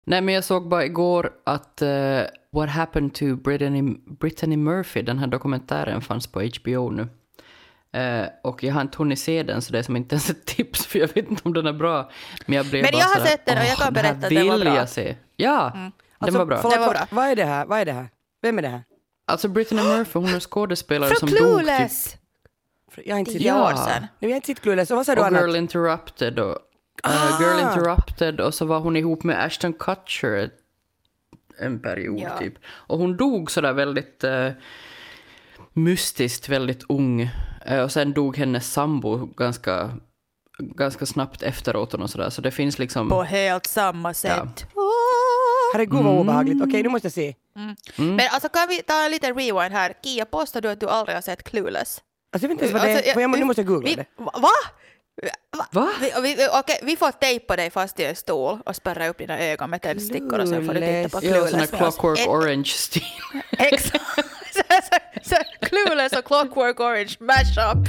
Nej, men jag såg bara igår att What Happened to Brittany Murphy, den här dokumentären fanns på HBO nu. Och jag har inte hunnit se den, så det är som inte ens ett tips, för jag vet inte om den är bra. Men jag har sett den och jag kan berätta att den var bra. Jag se. Ja, den Alltså, var bra. Det var bra. Vad är det här? Vem är det här? Alltså Brittany Murphy, hon är skådespelare Från som Clueless! dog typ... Jag har inte sett 10 år Ja. sedan. Jag har inte sett Clueless. Och vad sa du Och annat? Girl Interrupted och Girl Interrupted, och så var hon ihop med Ashton Kutcher en period typ. Och hon dog sådär väldigt mystiskt, väldigt ung. Och sen dog hennes sambo ganska snabbt efteråt och sådär. Så det finns liksom... På helt samma sätt. Herregud vad obehagligt. Okej, nu måste jag se. Men alltså kan vi ta en liten rewind här? Kia, påstår du att du aldrig har sett Clueless? Alltså jag vet inte ens vad det är, för nu måste jag googla det. Va? Vi får tejpa dig fast i en stol och spärra upp dina ögon med tändstickor och sen får du titta på Ja, Clueless. sån här Clockwork Orange-stil. Exakt. så Clueless och Clockwork Orange mashup.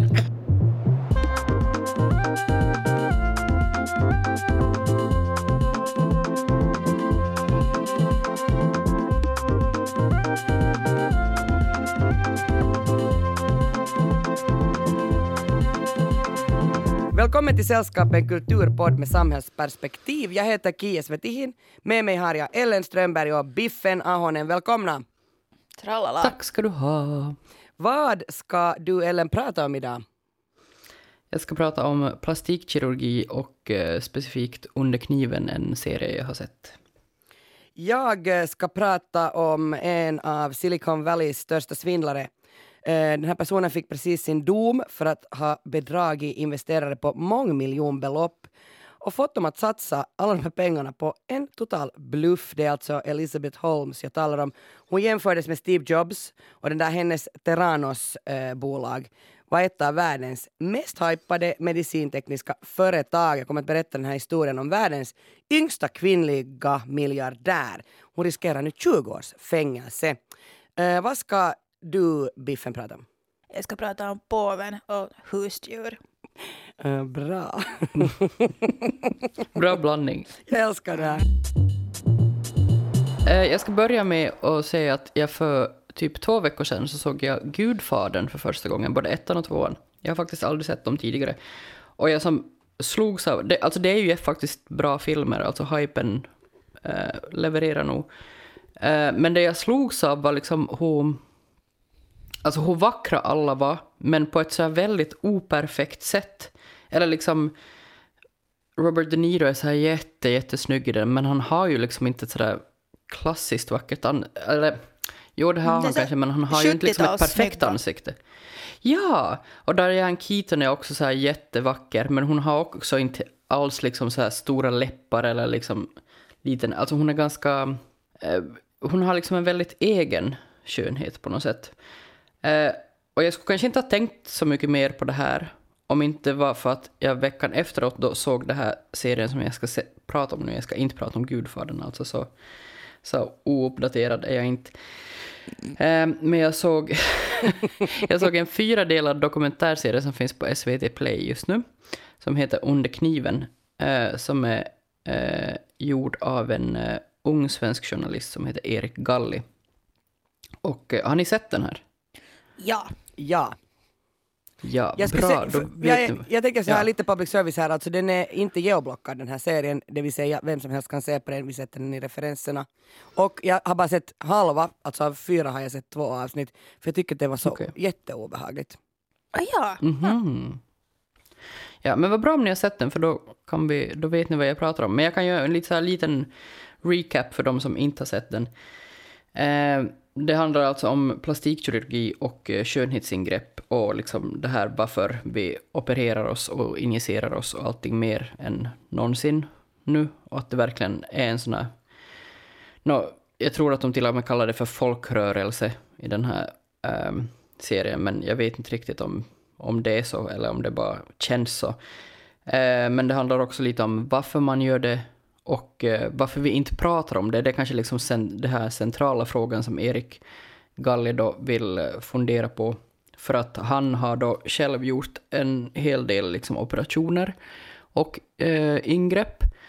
Välkommen till Sällskapet, en kulturpodd med samhällsperspektiv. Jag heter Kia Svetihin. Med mig har jag Ellen Strömberg och Biffen Ahonen. Välkomna. Tralala. Tack ska du ha. Vad ska du, Ellen, prata om idag? Jag ska prata om plastikkirurgi och specifikt Under kniven, en serie jag har sett. Jag ska prata om en av Silicon Valleys största svindlare. Den här personen fick precis sin dom för att ha bedragit investerare på mångmiljonbelopp och fått dem att satsa alla de här pengarna på en total bluff. Det är alltså Elizabeth Holmes jag talar om. Hon jämfördes med Steve Jobs och den där hennes Theranos-bolag var ett av världens mest hypade medicintekniska företag. Jag kommer att berätta den här historien om världens yngsta kvinnliga miljardär. Hon riskerar nu 20 års fängelse. Vad ska du, Biffen, prata om? Jag ska prata om påven och husdjur. Bra. Bra blandning. Jag älskar det här. Jag ska börja med att säga att jag för typ 2 veckor sedan så såg jag Gudfadern för första gången, både 1 och 2. Jag har faktiskt aldrig sett dem tidigare. Och jag som slogs av, det är ju faktiskt bra filmer, alltså hypen levererar nog. Men det jag slogs av var liksom hur vackra alla var, men på ett så här väldigt operfekt sätt. Eller liksom, Robert De Niro är så här jättesnygg i den, men han har ju liksom inte så där klassiskt vackert eller jo, det har han kanske, men han har ju inte liksom ett perfekt ansikte. Ja, och Diane Keaton är också så här jättevacker, men hon har också inte alls liksom så här stora läppar eller liksom liten, alltså hon är ganska hon har liksom en väldigt egen skönhet på något sätt. Och jag skulle kanske inte ha tänkt så mycket mer på det här om inte var för att jag veckan efteråt då såg det här serien som jag ska prata om nu. Jag ska inte prata om Gudfadern, alltså så ouppdaterad är jag inte. Men jag såg en 4-delad dokumentärserie som finns på SVT Play just nu, som heter Under kniven, som är gjord av en ung svensk journalist som heter Erik Galli. Och har ni sett den här? Ja. Ja, bra. Jag tänker så här lite public service här, alltså den är inte geoblockad den här serien, det vill säga vem som helst kan se på den, vi sätter den i referenserna. Och jag har bara sett halva, alltså av 4 har jag sett 2 avsnitt, för jag tycker att det var så jätteobehagligt. Ja. Mm-hmm. Ja, men vad bra om ni har sett den, för då vet ni vad jag pratar om. Men jag kan göra en liten recap för de som inte har sett den. Det handlar alltså om plastikkirurgi och skönhetsingrepp och liksom det här varför vi opererar oss och injicerar oss och allting mer än någonsin nu. Och att det verkligen är en sån här... jag tror att de till och med kallar det för folkrörelse i den här serien, men jag vet inte riktigt om det är så eller om det bara känns så. Men det handlar också lite om varför man gör det och varför vi inte pratar om det. Det är kanske liksom det här centrala frågan som Erik Galli då vill fundera på. För att han har då själv gjort en hel del liksom operationer och ingrepp.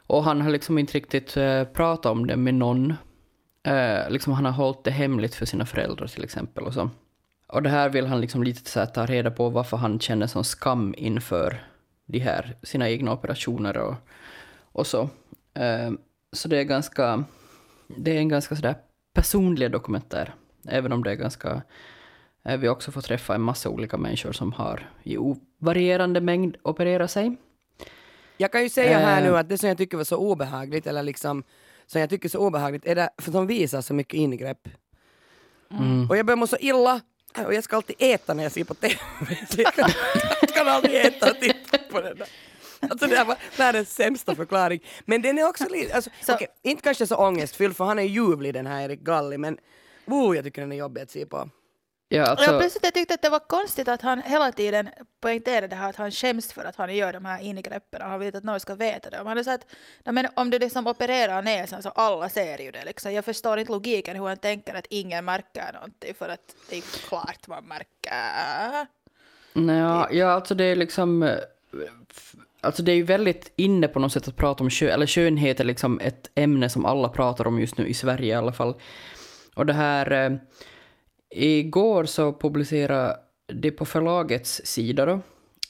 Och han har liksom inte riktigt pratat om det med någon. Liksom han har hållit det hemligt för sina föräldrar till exempel och så. Och det här vill han liksom lite så här ta reda på varför han känner sån skam inför de här, sina egna operationer och så. Så det är en ganska sådär personlig dokumentär. Även om det är ganska, vi har också fått träffa en massa olika människor som har i varierande mängd opererat sig. Jag kan ju säga här nu att det som jag tycker var så obehagligt, eller liksom som jag tycker så obehagligt, är det för de visar så mycket ingrepp. Och jag börjar må så illa, och jag ska alltid äta när jag ser på TV. Så jag kan aldrig äta och titta på det där. Alltså det var världens sämsta förklaring. Men den är också lite, alltså, okej, inte kanske så ångestfylld, för han är ljuvlig den här Erik Galli, men jag tycker den är jobbig att se på. Ja, alltså, plötsligt jag tyckte att det var konstigt att han hela tiden poängterade det här att han skäms för att han gör de här ingreppen och han vet att någon ska veta det. Och han sa att men om du liksom opererar näsan så alla ser ju det. Liksom. Jag förstår inte logiken hur han tänker att ingen märker någonting, för att det är klart man märker. Ja, alltså det är liksom... Alltså det är ju väldigt inne på något sätt att prata om skönhet är liksom ett ämne som alla pratar om just nu i Sverige i alla fall. Och det här... Igår så publicerade det på förlagets sida då,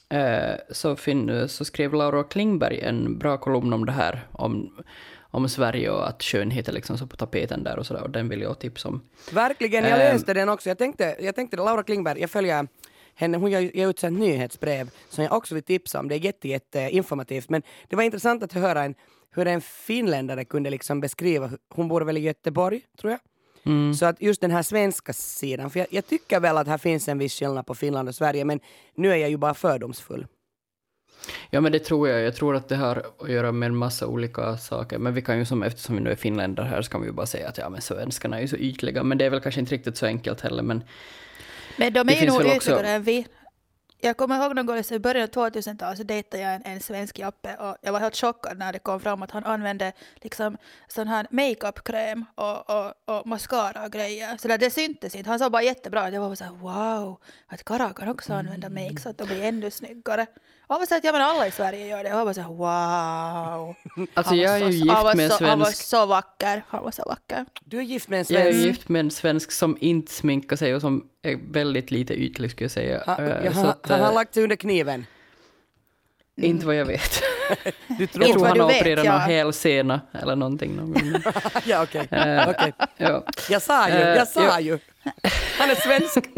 så skrev Laura Klingberg en bra kolumn om det här, om Sverige och att skönhet är liksom så på tapeten där och sådär, och den vill jag tipsa om. Verkligen, jag läste den också. Jag tänkte Laura Klingberg, jag följer henne, hon ger ut ett nyhetsbrev som jag också vill tipsa om. Det är jätte informativt, men det var intressant att höra hur en finländare kunde liksom beskriva, hon bor väl i Göteborg, tror jag. Så att just den här svenska sidan, för jag tycker väl att här finns en viss skillnad på Finland och Sverige, men nu är jag ju bara fördomsfull. Ja, men det tror jag. Jag tror att det har att göra med en massa olika saker. Men vi kan ju eftersom vi nu är finländare här, så kan vi ju bara säga att men svenskarna är ju så ytliga. Men det är väl kanske inte riktigt så enkelt heller. Men de är ju nog ytligare än vi. Jag kommer ihåg någon gång i början av 2000-talet så dejtade jag en svensk jappe, och jag var helt chockad när det kom fram att han använde liksom sån här makeup-kräm och mascara och grejer. Så det syntes inte. Han sa bara jättebra. Jag var så här, wow, att karlar kan också använda make så att de blir ännu snyggare. Och jag var så att men alla i Sverige gör det. Jag var så här, wow. Alltså jag är ju gift med en svensk. Han var så vacker. Han var så vacker. Du är gift med en svensk. Jag är gift med en svensk som inte sminkar sig och som är väldigt lite ytlig, skulle jag säga. Han har lagt sig under kniven. Inte vad jag vet. Du jag tror han har opererat någon hälsena eller någonting. Ja, okej. Ja. Jag sa ju. Han är svensk.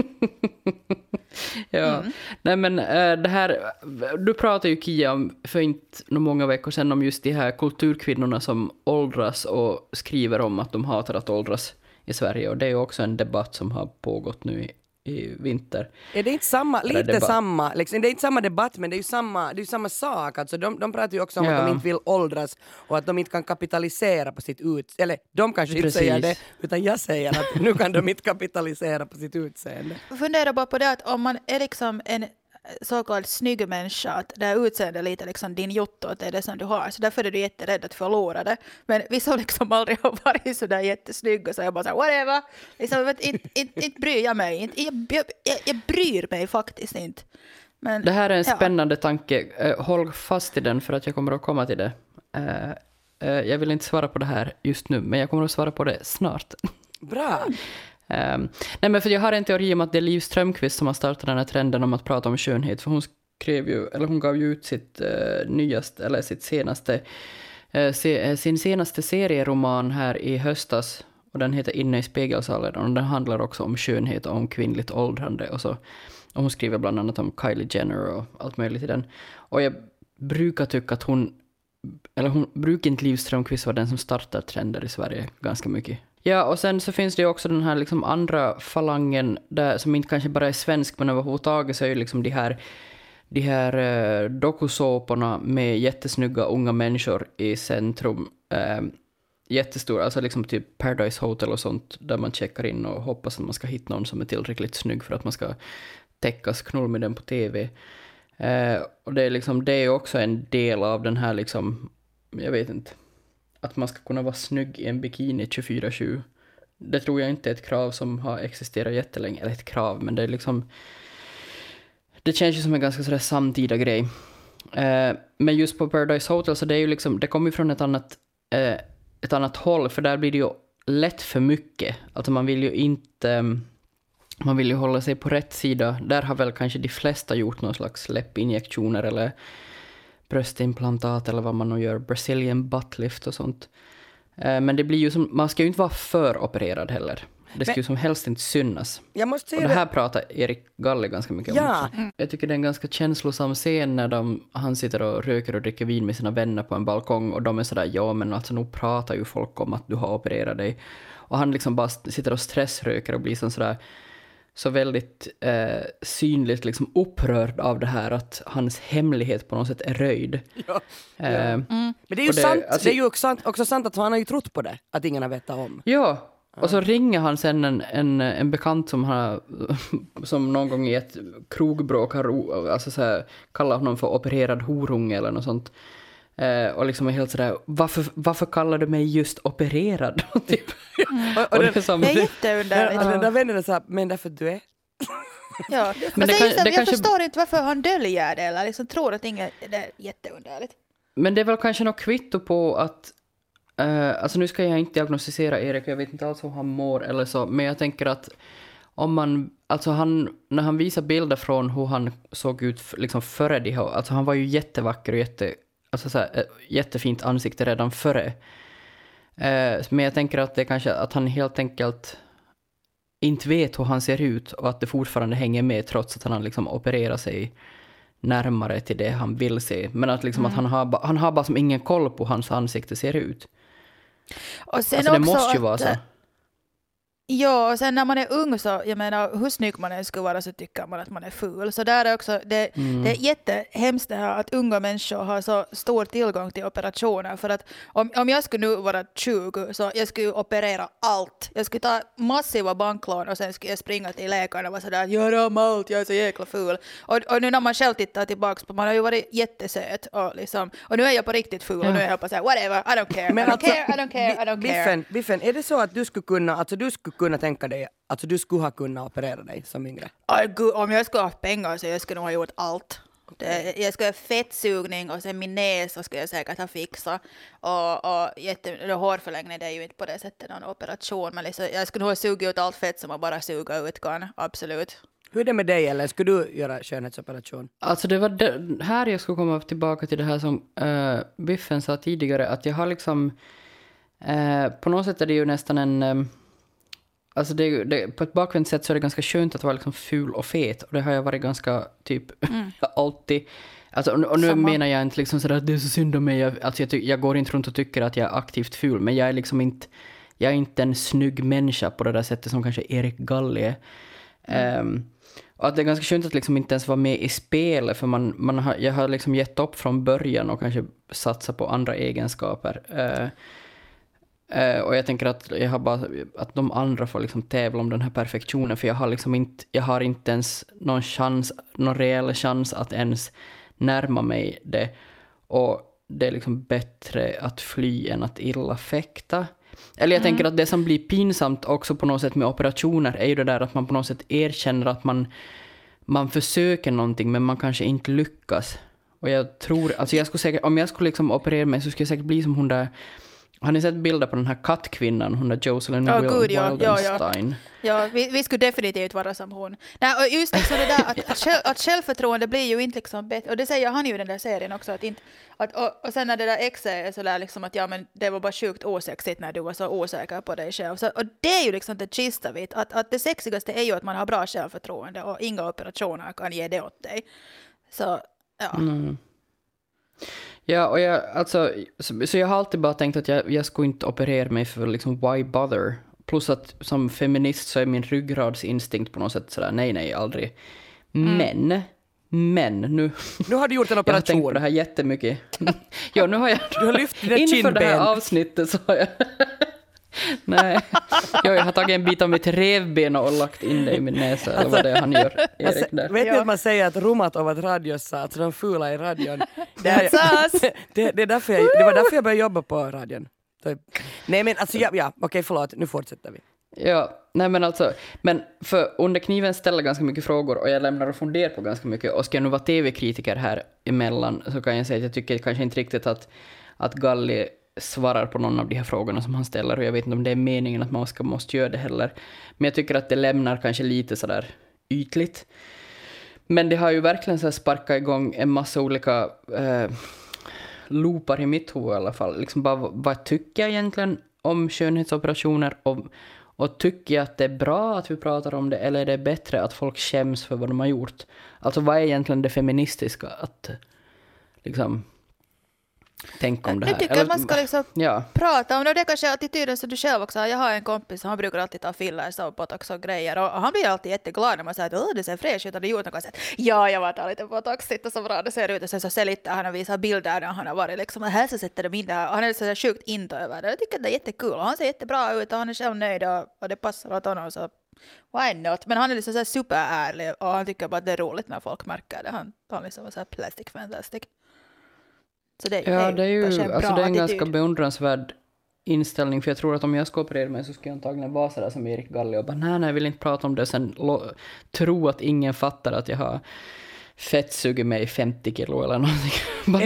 Ja. Nej, men det här, du pratade ju, Kia, om för inte många veckor sedan om just de här kulturkvinnorna som åldras och skriver om att de hatar att åldras i Sverige, och det är ju också en debatt som har pågått nu i vinter. Är det inte samma, lite samma, liksom, det är inte samma debatt, men det är ju samma sak. Alltså, de pratar ju också om att de inte vill åldras och att de inte kan kapitalisera på sitt utseende. Eller de kanske inte säger det, utan jag säger att nu kan de inte kapitalisera på sitt utseende. Jag funderar bara på det att om man är liksom en så kallad snygg människa, att det här utseendet lite liksom din jotto, att det är det som du har, så därför är du jätterädd att förlora det. Men vi som liksom aldrig har varit så där jättesnygg, så jag bara så här, whatever, liksom, inte bryr jag mig, jag bryr mig faktiskt inte. Men, det här är en spännande tanke, håll fast i den för att jag kommer att komma till det. Jag vill inte svara på det här just nu, men jag kommer att svara på det snart. Bra! Nej, men för jag har en teori om att det är Liv Strömquist som har startat den här trenden om att prata om skönhet, för hon gav ju ut sin senaste serieroman här i höstas, och den heter Inne i spegelsalen, och den handlar också om skönhet och om kvinnligt åldrande och så. Och hon skriver bland annat om Kylie Jenner och allt möjligt i den. Och jag brukar tycka att hon brukar inte Liv Strömquist vara den som startar trender i Sverige ganska mycket. Ja, och sen så finns det ju också den här liksom andra falangen där, som inte kanske bara är svensk, men överhuvudtaget så är ju liksom de här dokusåporna med jättesnygga unga människor i centrum. Jättestora, alltså liksom typ Paradise Hotel och sånt, där man checkar in och hoppas att man ska hitta någon som är tillräckligt snygg för att man ska täckas knull med den på tv. Och det är också en del av den här liksom, jag vet inte, att man ska kunna vara snygg i en bikini 24/7. Det tror jag inte är ett krav som har existerat jättelänge. Eller ett krav, men det är liksom... Det känns ju som en ganska sådär samtida grej. Men just på Paradise Hotel så det är ju liksom, det kommer ju från ett annat håll, för där blir det ju lätt för mycket. Alltså man vill ju hålla sig på rätt sida. Där har väl kanske de flesta gjort någon slags läppinjektioner eller bröstimplantat eller vad man nu gör, Brazilian butt lift och sånt. Men det blir ju som, man ska ju inte vara för opererad heller. Det ska ju som helst inte synas. Jag måste säga och det här pratar Erik Galle ganska mycket om också. Jag tycker det är en ganska känslosam scen när han sitter och röker och dricker vin med sina vänner på en balkong och de är sådär, ja men alltså nu pratar ju folk om att du har opererat dig. Och han liksom bara sitter och stressröker och blir sådär så väldigt synligt liksom upprörd av det här att hans hemlighet på något sätt är röjd. Ja. Men det är ju sant, alltså, det är ju också sant att han har ju trott på det, att ingen har vetat om. Ja, och så ringer han sen en bekant som någon gång i ett krogbråk har alltså så här, kallar honom för opererad horunge eller något sånt. Och liksom är helt sådär, varför kallar du mig just opererad? Typ. Och det är jätteunderligt. Den där vännen sa, men därför du är. Ja, men jag förstår inte varför han döljer det eller liksom tror att det är jätteunderligt. Men det är väl kanske något kvitto på att alltså nu ska jag inte diagnostisera Erik, jag vet inte alls hur han mår eller så, men jag tänker att om man, alltså när han visar bilder från hur han såg ut liksom före det här, alltså han var ju jättevacker och alltså så här, jättefint ansikte redan före. Men jag tänker att det kanske att han helt enkelt inte vet hur han ser ut och att det fortfarande hänger med trots att han liksom opererar sig närmare till det han vill se. Men att liksom att han har bara som ingen koll på hur hans ansikte ser ut. Och sen alltså det också måste ju vara så. Ja, och sen när man är ung så, jag menar, hur snygg man än skulle vara så tycker man att man är ful. Så där är också, det är jättehemskt det här att unga människor har så stor tillgång till operationer. För att om jag skulle nu vara 20 så jag skulle operera allt. Jag skulle ta massiva banklån och sen skulle jag springa till läkaren och vara sådär, gör om allt, jag är så jäkla ful. Och nu när man själv tittar tillbaka på, man har ju varit jättesöt och nu är jag på riktigt ful och nu är jag på såhär, whatever, I don't care, I don't care. Biffen, är det så att du skulle kunna tänka dig att du skulle ha kunnat operera dig som yngre? Om jag skulle ha pengar så jag skulle nog ha gjort allt. Jag skulle ha fettsugning och sen min näsa skulle jag säkert ha fixat. Och hårförlängning, det är ju inte på det sättet någon operation. Men liksom, jag skulle nog ha sugit ut allt fett som man bara suga ut kan. Absolut. Hur är det med dig, eller skulle du göra skönhetsoperation? Alltså det var här jag skulle komma tillbaka till det här som Biffen sa tidigare. Att jag har liksom på något sätt är det ju nästan en alltså på ett bakvänt sätt så är det ganska skönt att vara liksom ful och fet. Och det har jag varit ganska typ alltid. Alltså, och nu menar jag inte liksom sådär att det är så synd om mig. Alltså jag går inte runt och tycker att jag är aktivt ful. Men jag är liksom inte, jag är inte en snygg människa på det där sättet som kanske Erik Galle är. Och att det är ganska skönt att liksom inte ens vara med i spelet. För jag har liksom gett upp från början och kanske satsat på andra egenskaper. Och jag tänker att jag har bara att de andra får liksom tävla om den här perfektionen, för jag har inte ens någon reell chans att ens närma mig det, och det är liksom bättre att fly än att illa fäkta. Eller jag tänker att det som blir pinsamt också på något sätt med operationer är ju det där att man på något sätt erkänner att man försöker någonting men man kanske inte lyckas. Och jag tror, alltså om jag skulle liksom operera mig så skulle jag säkert bli som hon där. Har ni sett bilder på den här kattkvinnan, hon där Jocelyn Wildenstein? Ja, vi skulle definitivt vara som hon. Nej, och just liksom det där att självförtroende blir ju inte liksom bättre. Och det säger han ju i den där serien också. Och sen när det där exet är så där liksom att ja, men det var bara sjukt osexigt när du var så osäker på dig själv. Och det är ju liksom det kista vid. Att det sexigaste är ju att man har bra självförtroende och inga operationer kan ge det åt dig. Så, ja. Ja, och jag har alltid bara tänkt att jag skulle inte operera mig för liksom why bother. Plus att som feminist så är min ryggradsinstinkt på något sätt sådär, nej, aldrig. Men nu har du gjort en operation. Jag har tänkt på det här jättemycket. Ja, nu har jag du har lyft dina inför det här avsnittet så har jag nej. Jag har tagit en bit av mitt revben och lagt in det i min näsa. Eller vad det är han gör, Erik där. Vet ni att man säger att rummat av att radiossa, alltså de fula i radion. Det var därför jag började jobba på radion. Nej men alltså, ja okej, förlåt, nu fortsätter vi. Ja, nej men alltså, men för under kniven ställer ganska mycket frågor och jag lämnar och funderar på ganska mycket. Och ska jag nu vara tv-kritiker här emellan så kan jag säga att jag tycker kanske inte riktigt att Galli svarar på någon av de här frågorna som han ställer, och jag vet inte om det är meningen att man måste göra det heller. Men jag tycker att det lämnar kanske lite sådär ytligt. Men det har ju verkligen så här sparkat igång en massa olika loopar i mitt huvud i alla fall. Liksom bara, vad tycker jag egentligen om skönhetsoperationer, och tycker jag att det är bra att vi pratar om det, eller är det bättre att folk skäms för vad de har gjort? Alltså vad är egentligen det feministiska att liksom tänka om det här? Jag tycker att man ska liksom prata om det. Och det är kanske attityden som du själv också har. Jag har en kompis som han brukar alltid ta fillers och botox och grejer. Och han blir alltid jätteglad när man säger att det ser fräscht ut. Och det gjort något. Ja, jag var där lite botox. Titta så bra det ser ut. Och sen så ser lite han och visar bilder när han har varit liksom. Och här så sätter de in det. Han är så sjukt inte över det. Jag tycker att det är jättekul. Och han ser jättebra ut. Och han är själv nöjd. Och det passar åt honom. Så why not? Men han är liksom så superärlig. Och han tycker bara att det är roligt när folk märker det. Han liksom så här plastic fantastic. Så det är ju alltså det är en ganska beundransvärd inställning, för jag tror att om jag ska operera mig så ska jag antagligen vara sådär som Erik Galli och bara nej, jag vill inte prata om det, sen tro att ingen fattar att jag har fettsugit mig 50 kilo eller någonting. Bara,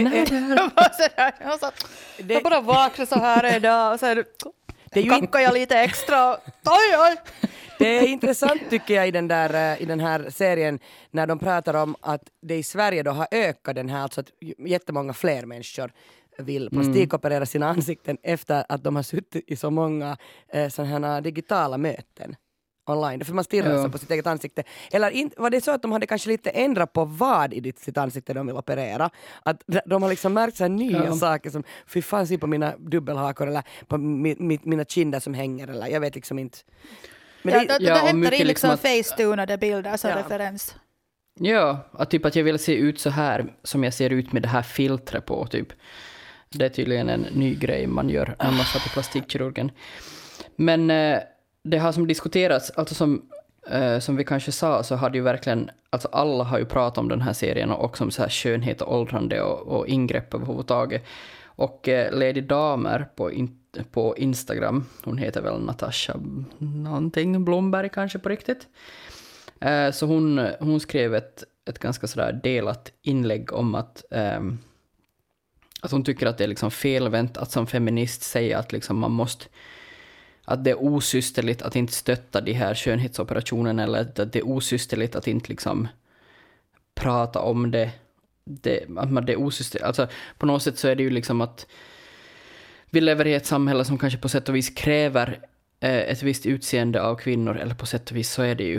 jag bara vaknar så här idag och så kackar jag lite extra. Oj. Det är intressant tycker jag i den här serien när de pratar om att det i Sverige då har ökat den här, alltså att jättemånga fler människor vill plastikoperera sina ansikten efter att de har suttit i så många sådana här digitala möten online. För man stirrar så på sitt eget ansikte. Eller var det så att de hade kanske lite ändrat på vad i sitt ansikte de vill operera? Att de har liksom märkt så här nya saker som, fy fan, se på mina dubbelhakor eller på mina kinder som hänger, eller jag vet liksom inte. Men det hämtar in liksom face-tunade bilder som referens. Ja, att jag vill se ut så här som jag ser ut med det här filtret på typ. Det är tydligen en ny grej man gör när man satt i plastikkirurgen. Men det har som diskuterats, alltså som vi kanske sa, så har det ju verkligen, alltså alla har ju pratat om den här serien och också om så här skönhet och åldrande och ingrepp överhuvudtaget. Och Lady Damer på Instagram, hon heter väl Natasha någonting, Blomberg kanske på riktigt. Så hon skrev ett ganska sådär delat inlägg om att hon tycker att det är liksom felvänt att som feminist säga att liksom man måste, att det är osysterligt att inte stötta de här skönhetsoperationerna, eller att det är osysterligt att inte liksom prata om det. Att det är osysterligt. Alltså på något sätt så är det ju liksom att vi lever i ett samhälle som kanske på sätt och vis kräver ett visst utseende av kvinnor, eller på sätt och vis så är det ju.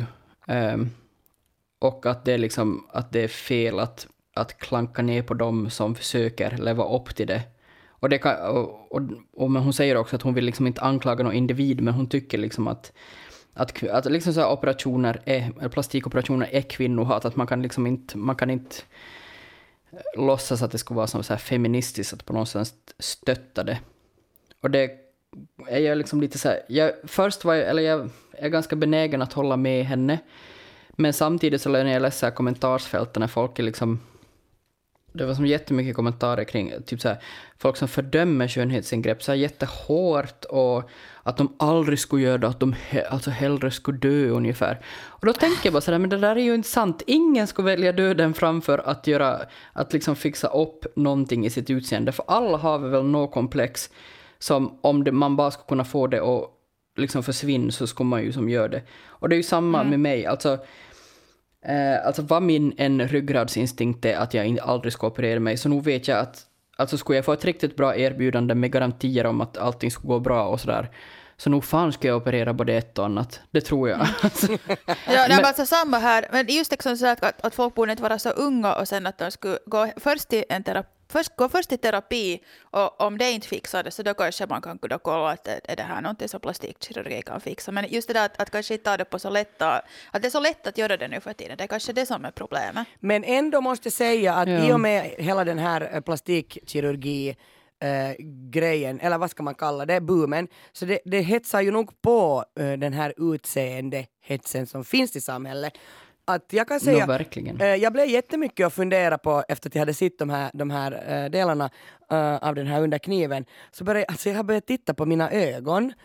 Och att det är liksom, att det är fel att klanka ner på dem som försöker leva upp till det. Och det kan, men hon säger också att hon vill liksom inte anklaga någon individ, men hon tycker liksom att liksom så här operationer plastikoperationer är kvinnohat, att man kan inte låtsas att det ska vara som så här feministiskt att på något sätt stötta det. Och det är jag liksom lite så här, jag är ganska benägen att hålla med henne, men samtidigt så när jag läser kommentarsfälten när folk är liksom, det var som jättemycket kommentarer kring typ så här, folk som fördömer skönhetsingrepp så här jättehårt, och att de aldrig skulle göra det, att de alltså hellre skulle dö ungefär. Och då tänker jag bara så här, men det där är ju inte sant. Ingen skulle välja döden framför att liksom fixa upp någonting i sitt utseende. För alla har väl något komplex som om man bara skulle kunna få det och liksom försvinna, så skulle man ju som gör det. Och det är ju samma med mig. Alltså vad en ryggradsinstinkt är att jag aldrig ska operera mig, så nog vet jag att alltså skulle jag få ett riktigt bra erbjudande med garantier om att allting skulle gå bra och sådär, så nog fan ska jag operera både ett och annat. Det tror jag. Men alltså samma här. Men just liksom så att folk borde inte vara så unga och sen att de skulle gå först till en terapi. Först i terapi, och om det inte fixar det så då kanske man kan då kolla att är det här någonting som plastikkirurgi kan fixa. Men just det där att kanske inte ta det på så lätt, att det är så lätt att göra det nu för tiden, det är kanske det som är problemet. Men ändå måste säga att i och med hela den här plastikkirurgi grejen, eller vad ska man kalla det, boomen, så det hetsar ju nog på den här utseendehetsen som finns i samhället. Att jag kan säga, jag blev jättemycket att fundera på efter att jag hade sett de här delarna av den här under kniven. Så jag har börjat titta på mina ögon.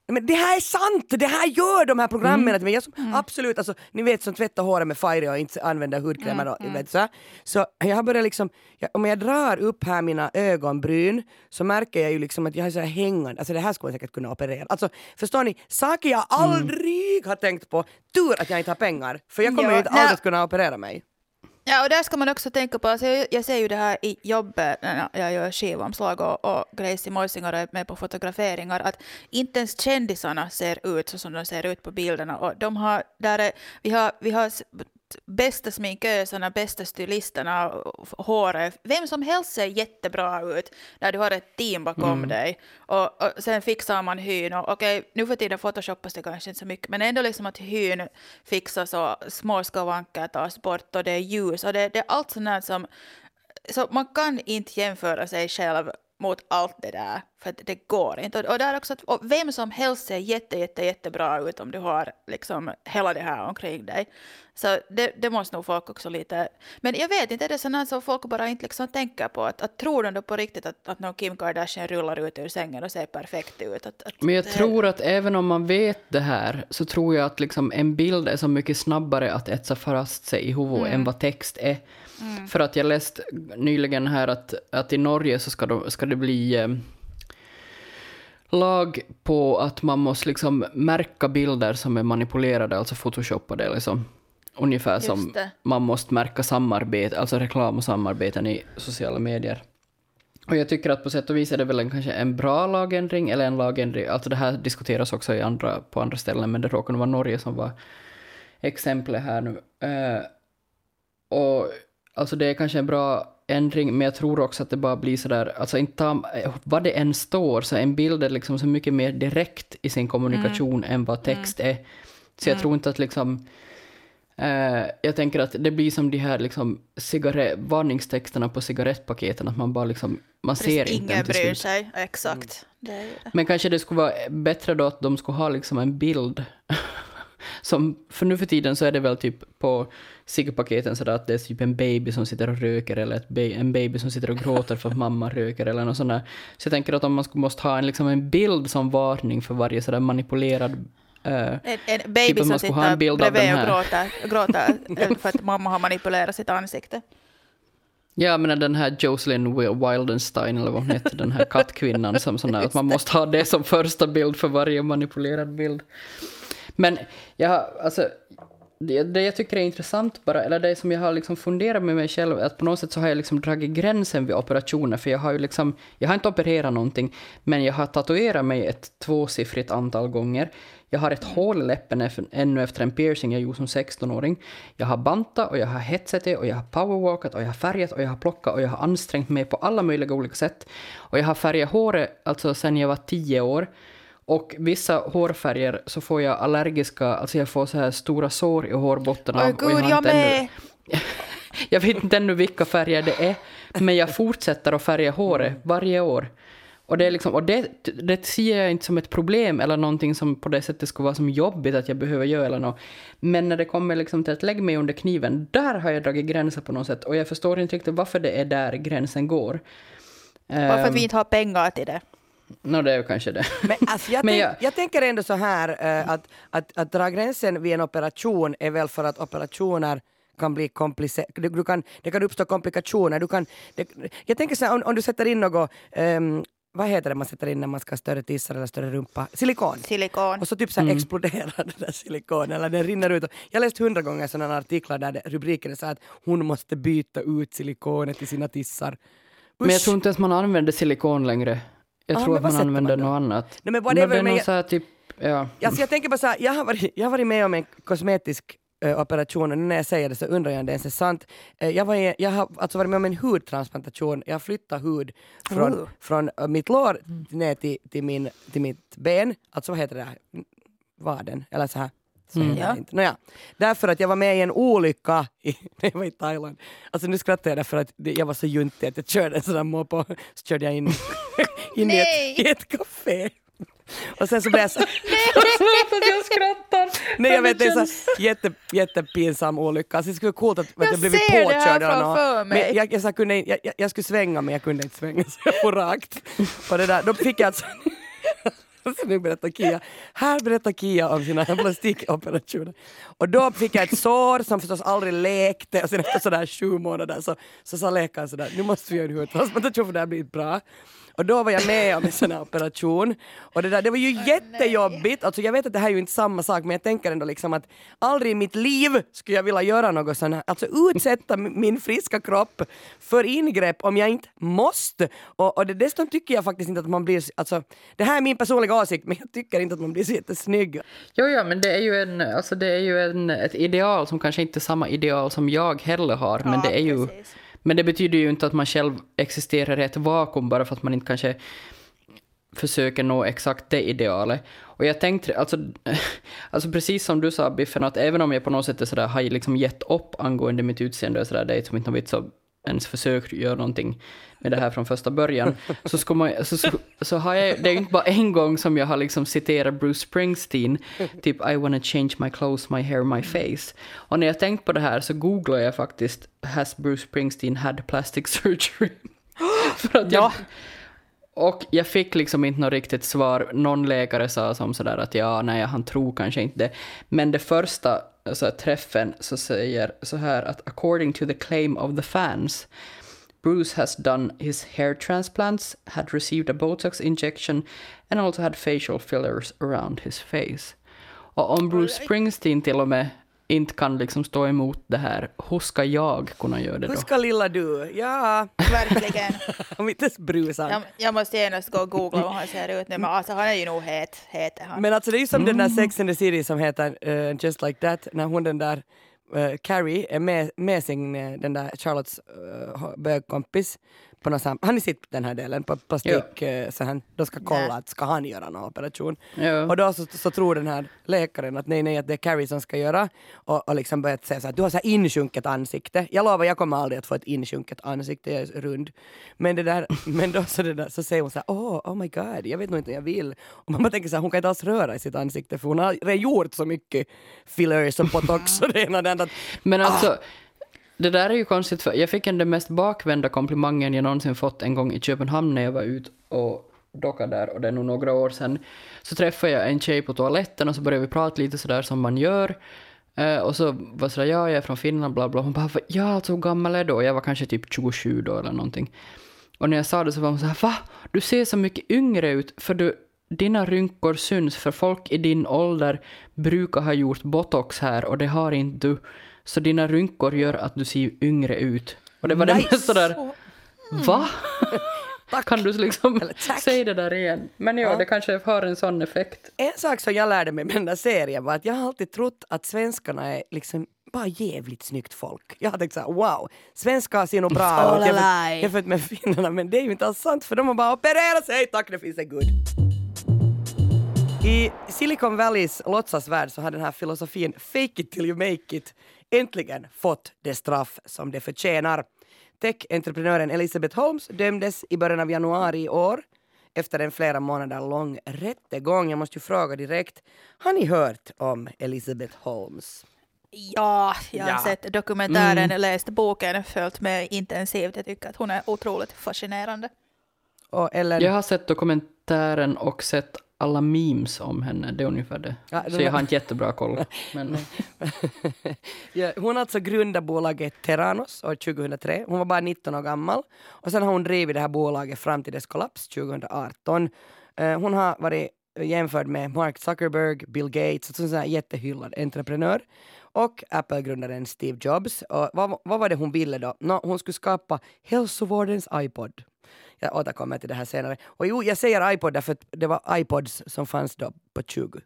Men det här är sant, det här gör de här programmen. Men jag absolut, alltså, ni vet som tvättar håret med Fire och inte använder hudkrämer. Vet, så jag har börjat liksom, om jag drar upp här mina ögonbryn så märker jag ju liksom att jag har så här hängande, alltså det här skulle jag säkert kunna operera. Alltså förstår ni, saker jag aldrig har tänkt på, tur att jag inte har pengar, för jag kommer ju inte alls att kunna operera mig. Ja, och där ska man också tänka på, alltså jag ser ju det här i jobbet när jag gör skivomslag och Gracie Moisinger är med på fotograferingar, att inte ens kändisarna ser ut så som de ser ut på bilderna, och de har, vi har bästa sminkösarna, bästa stylisterna, håret. Vem som helst ser jättebra ut när du har ett team bakom dig. Och sen fixar man hyn. Och okej, nu för tiden photoshoppas det kanske inte så mycket, men ändå liksom att hyn fixas och små skavanker tas bort och det är ljus. Och det är allt sånt här som... Så man kan inte jämföra sig själv mot allt det där, för att det går inte. Och där också och vem som helst ser jättebra ut om du har liksom hela det här omkring dig. Så det måste nog folk också lite... Men jag vet inte, är det sådant som folk bara inte liksom tänker på? Att tror de då på riktigt att någon Kim Kardashian rullar ut ur sängen och ser perfekt ut? Men jag tror att även om man vet det här så tror jag att liksom en bild är så mycket snabbare att etsa fast sig i huvudet än vad text är. För att jag läste nyligen här att i Norge så ska det bli lag på att man måste liksom märka bilder som är manipulerade, alltså photoshoppade liksom. Ungefär som man måste märka samarbete, alltså reklam och samarbeten i sociala medier. Och jag tycker att på sätt och vis är det väl kanske en bra lagändring eller en lagändring. Alltså det här diskuteras också på andra ställen, men det råkar vara Norge som var exemplet här nu. Och alltså det är kanske en bra ändring, men jag tror också att det bara blir sådär, alltså inte vad det än står, så en bild är liksom så mycket mer direkt i sin kommunikation än vad text är. Så jag tror inte att liksom jag tänker att det blir som de här liksom varningstexterna på cigarettpaketen, att man bara liksom, man ser inte. Ingen bryr sig, exakt. Men kanske det skulle vara bättre då att de skulle ha liksom en bild som, för nu för tiden så är det väl typ på cigarettpaketen så att det är typ en baby som sitter och röker eller en baby som sitter och gråter för att mamma röker eller något sånt där. Så jag tänker att om man måste ha en bild som varning för varje sådär manipulerad en baby typ som sitter bredvid och gråter för att mamma har manipulerat sitt ansikte. Ja, men den här Jocelyn Wildenstein eller vad hon heter, den här kattkvinnan som sån där, att man måste ha det som första bild för varje manipulerad bild. Men det jag tycker är intressant bara, eller det som jag har liksom funderat med mig själv, att på något sätt så har jag liksom dragit gränsen vid operationer, för jag har ju liksom, jag har inte opererat någonting, men jag har tatuerat mig ett 2-siffrigt antal gånger. Jag har ett hål i läppen ännu efter en piercing jag gjorde som 16-åring. Jag har bantat och jag har headsetet och jag har powerwalkat och jag har färgat och jag har plockat och jag har ansträngt mig på alla möjliga olika sätt. Och jag har färgat håret alltså sedan jag var 10 år. Och vissa hårfärger så får jag allergiska, alltså jag får så här stora sår i hårbottarna. Åh gud, jag med! Jag vet inte ännu vilka färger det är, men jag fortsätter att färga håret varje år. Och det är liksom, och det ser jag inte som ett problem eller någonting som på det sättet skulle vara som jobbigt att jag behöver göra eller något. Men när det kommer liksom till att lägga mig under kniven, där har jag dragit gränser på något sätt. Och jag förstår inte riktigt varför det är där gränsen går. Varför att vi inte har pengar till det. Det är kanske det. Men alltså, jag tänker ändå så här att dra gränsen vid en operation är väl för att operationer kan bli komplicerade. Det kan uppstå komplikationer. Jag tänker så här, om du sätter in något, vad heter det man sätter in när man ska ha större tissar eller större rumpa? Silikon. Och så typ så här exploderar det där silikon eller det rinner ut. Jag läste 100 gånger sådana artiklar där rubriken är så att hon måste byta ut silikonet i sina tissar. Usch. Men jag tror inte att man använder silikon längre. Jag tror att man använder något annat. Nej, men whatever, men så här, typ, ja. Alltså, jag tänker bara så här, jag har varit med om en kosmetisk operation, och när jag säger det så undrar jag om det ens är sant. Jag har alltså varit med om en hudtransplantation. Jag har flyttat hud från mitt lår ner till mitt ben. Alltså vad heter det? Vaden, eller så här. Därför att jag var med i en olycka när jag var i Thailand. Alltså nu skrattar jag därför att jag var så juntig att jag körde en sån där mopo, så körde jag in i ett café. Och sen så blev jag så... jag skrattar. Nej, jag vet, det är så jättepinsam olycka. Alltså, det skulle vara coolt att jag blev påkörd eller något. Men jag skulle svänga, men jag kunde inte svänga, så jag får rakt på det där. Då fick jag alltså... Så nu berättar Kia. Här berättar Kia om sina plastikoperationer. Och då fick jag ett sår som förstås aldrig läkte. Och sen efter sådär 7 månader så sa läkaren sådär, nu måste vi göra en hudtransplantation för det här blir bra. Och då var jag med om en sån här operation. Och det var ju jättejobbigt. Alltså jag vet att det här är ju inte samma sak, men jag tänker ändå liksom att aldrig i mitt liv skulle jag vilja göra något sånt här. Alltså utsätta min friska kropp för ingrepp om jag inte måste. Och dessutom tycker jag faktiskt inte att man blir, alltså det här är min personliga åsikt, men jag tycker inte att man blir så jättesnygg. Jo, men det är ju ett ideal som kanske inte är samma ideal som jag heller har, men det är ju... Precis. Men det betyder ju inte att man själv existerar i ett vakuum bara för att man inte kanske försöker nå exakt det idealet. Och jag tänkte, alltså precis som du sa Biffen, att även om jag på något sätt sådär, har liksom gett upp angående mitt utseende och sådär, det är som inte något så ens försökt göra någonting med det här från första början, så ska man, så har jag, det är inte bara en gång som jag har liksom citerat Bruce Springsteen, typ I wanna change my clothes, my hair, my face. Och när jag tänkt på det här så googlade jag faktiskt, has Bruce Springsteen had plastic surgery? För att och jag fick liksom inte något riktigt svar. Någon läkare sa som sådär att han tror kanske inte det. Men det första träffen så säger så här att according to the claim of the fans, Bruce has done his hair transplants, had received a Botox injection and also had facial fillers around his face. Och om Bruce Springsteen till och med inte kan liksom stå emot det här, hur ska jag kunna göra det då? Hur ska lilla du? Ja. Verkligen. Om inte ens brusan. Jag måste genast gå och googla hur han ser ut nu, men alltså han är ju nog het han. Men alltså det är ju som den där Sex and the City som heter Just Like That, när hon den där Carrie är med sin den där Charlottes bögkompis på något han är sitt den här delen på plastik så han då ska kolla att ska han göra någon operation. Och då så tror den här läkaren att nej att det är Carrie som ska göra och liksom börjat säga så att du har så här insjunket ansikte. Jag lovar, jag kommer aldrig att få ett insjunket ansikte, jag är rund. Men då så säger hon så här, oh my god, jag vet nog inte jag vill. Och man tänker så här, hon kan inte alls röra i sitt ansikte för hon har redan gjort så mycket fillers och botox och det ena och det. Men alltså det där är ju konstigt, för jag fick den mest bakvända komplimangen jag någonsin fått en gång i Köpenhamn när jag var ut och dockade där, och det är nog några år sedan. Så träffade jag en tjej på toaletten och så började vi prata lite sådär som man gör. Och så var sådär, jag är från Finland, bla bla. Hon bara, alltså hur gammal är du? Och jag var kanske typ 27 då eller någonting. Och när jag sa det så var hon såhär, va? Du ser så mycket yngre ut, för dina rynkor syns, för folk i din ålder brukar ha gjort botox här och det har inte du. Så dina rynkor gör att du ser yngre ut. Och det var det mest sådär, va? Kan du liksom säga det där igen? Men det kanske har en sån effekt. En sak som jag lärde mig med den där serien var att jag har alltid trott att svenskarna är liksom bara jävligt snyggt folk. Jag har tänkt så här, wow, svenskar ser nog bra ut jämfört med finnarna, men det är ju inte alls sant för de har bara opererat sig, tack det finns en gud. I Silicon Valleys låtsasvärld så har den här filosofin fake it till you make it äntligen fått det straff som det förtjänar. Tech-entreprenören Elizabeth Holmes dömdes i början av januari i år efter en flera månader lång rättegång. Jag måste ju fråga direkt, har ni hört om Elizabeth Holmes? Ja, jag har sett dokumentären, läst boken, följt med intensivt. Jag tycker att hon är otroligt fascinerande. Jag har sett dokumentären och sett alla memes om henne, det är ungefär det. Ja, så jag har inte jättebra koll. Men... hon alltså grundade bolaget Theranos år 2003. Hon var bara 19 år gammal. Och sen har hon drivit det här bolaget fram till dess kollaps 2018. Hon har varit jämförd med Mark Zuckerberg, Bill Gates, alltså en sån här jättehyllad entreprenör. Och Apple-grundaren Steve Jobs. Och vad var det hon ville då? Hon skulle skapa hälsovårdens iPod. Jag återkommer till det här senare. Och jo, jag säger iPod därför att det var iPods som fanns då på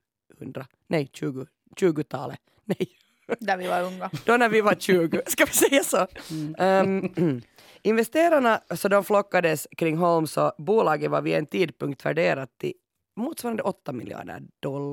20-talet. Nej. Där vi var unga. Då när vi var 20, ska vi säga så. Investerarna så de flockades kring Holmes och bolaget var vid en tidpunkt värderat till motsvarande $8 miljarder.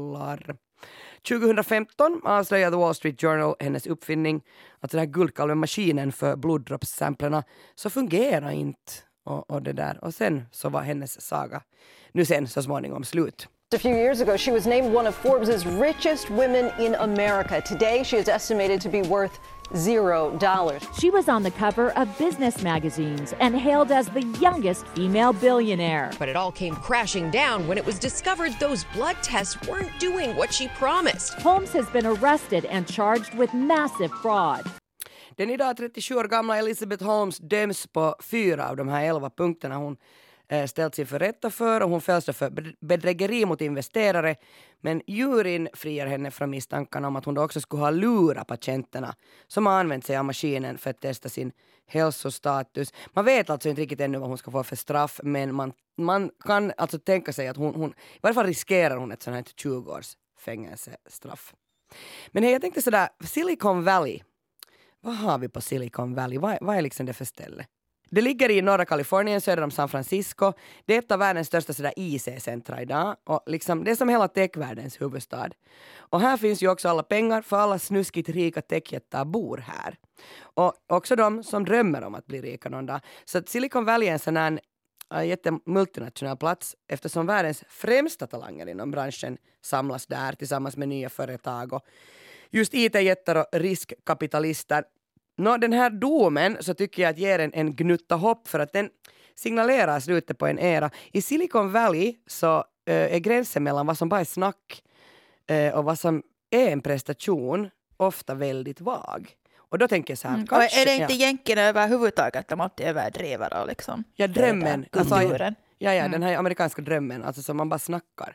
2015 avslöjade Wall Street Journal hennes uppfinning att den här guldkalvemaskinen för bloddroppssamplarna så fungerar inte. Och det där. Och sen så var hennes saga nu sen så småningom slut. A few years ago, she was named one of Forbes' richest women in America. Today, she is estimated to be worth $0. She was on the cover of business magazines and hailed as the youngest female billionaire. But it all came crashing down when it was discovered those blood tests weren't doing what she promised. Holmes has been arrested and charged with massive fraud. Den idag 37 år gamla Elizabeth Holmes döms på 4 av de här 11 punkterna hon ställts inför rätta för, och hon fälls för bedrägeri mot investerare, men juryn friar henne från misstankarna om att hon då också skulle ha lurat patienterna som har använt sig av maskinen för att testa sin hälsostatus. Man vet alltså inte riktigt ännu vad hon ska få för straff, men man kan alltså tänka sig att hon i varje fall riskerar hon ett sånt här 20 års fängelsestraff. Men hej, jag tänkte sådär, Silicon Valley, vad har vi på Silicon Valley? Vad är liksom det för ställe? Det ligger i norra Kalifornien, söder om San Francisco. Det är ett av världens största sådär IC-centra idag. Och liksom, det är som hela techvärldens huvudstad. Och här finns ju också alla pengar, för alla snuskigt rika techjättar bor här. Och också de som drömmer om att bli rika någon dag. Så att Silicon Valley är en sån här jättemultinationell plats, eftersom världens främsta talanger inom branschen samlas där tillsammans med nya företag och just IT-jättar och riskkapitalister. Den här domen så tycker jag att ger en gnutta hopp, för att den signalerar slutet på en era. I Silicon Valley så är gränsen mellan vad som bara är snack och vad som är en prestation ofta väldigt vag. Och då tänker jag så här, kanske, är det inte jänken överhuvudtaget att de alltid överdriver och liksom? Ja, drömmen. Kulturen. Den här amerikanska drömmen, alltså som man bara snackar.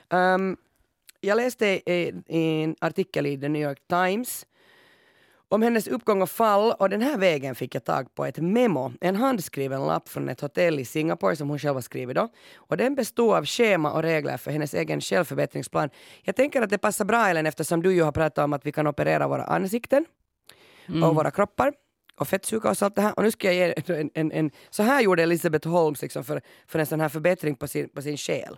Jag läste i en artikel i The New York Times om hennes uppgång och fall, och den här vägen fick jag tag på ett memo, en handskriven lapp från ett hotell i Singapore som hon själv har skrivit då. Och den bestod av schema och regler för hennes egen självförbättringsplan. Jag tänker att det passar bra, Ellen, eftersom du ju har pratat om att vi kan operera våra ansikten och våra kroppar och fettsuga och allt det här. Och nu ska jag ge en så här gjorde Elizabeth Holmes liksom för en sån här förbättring på sin själ.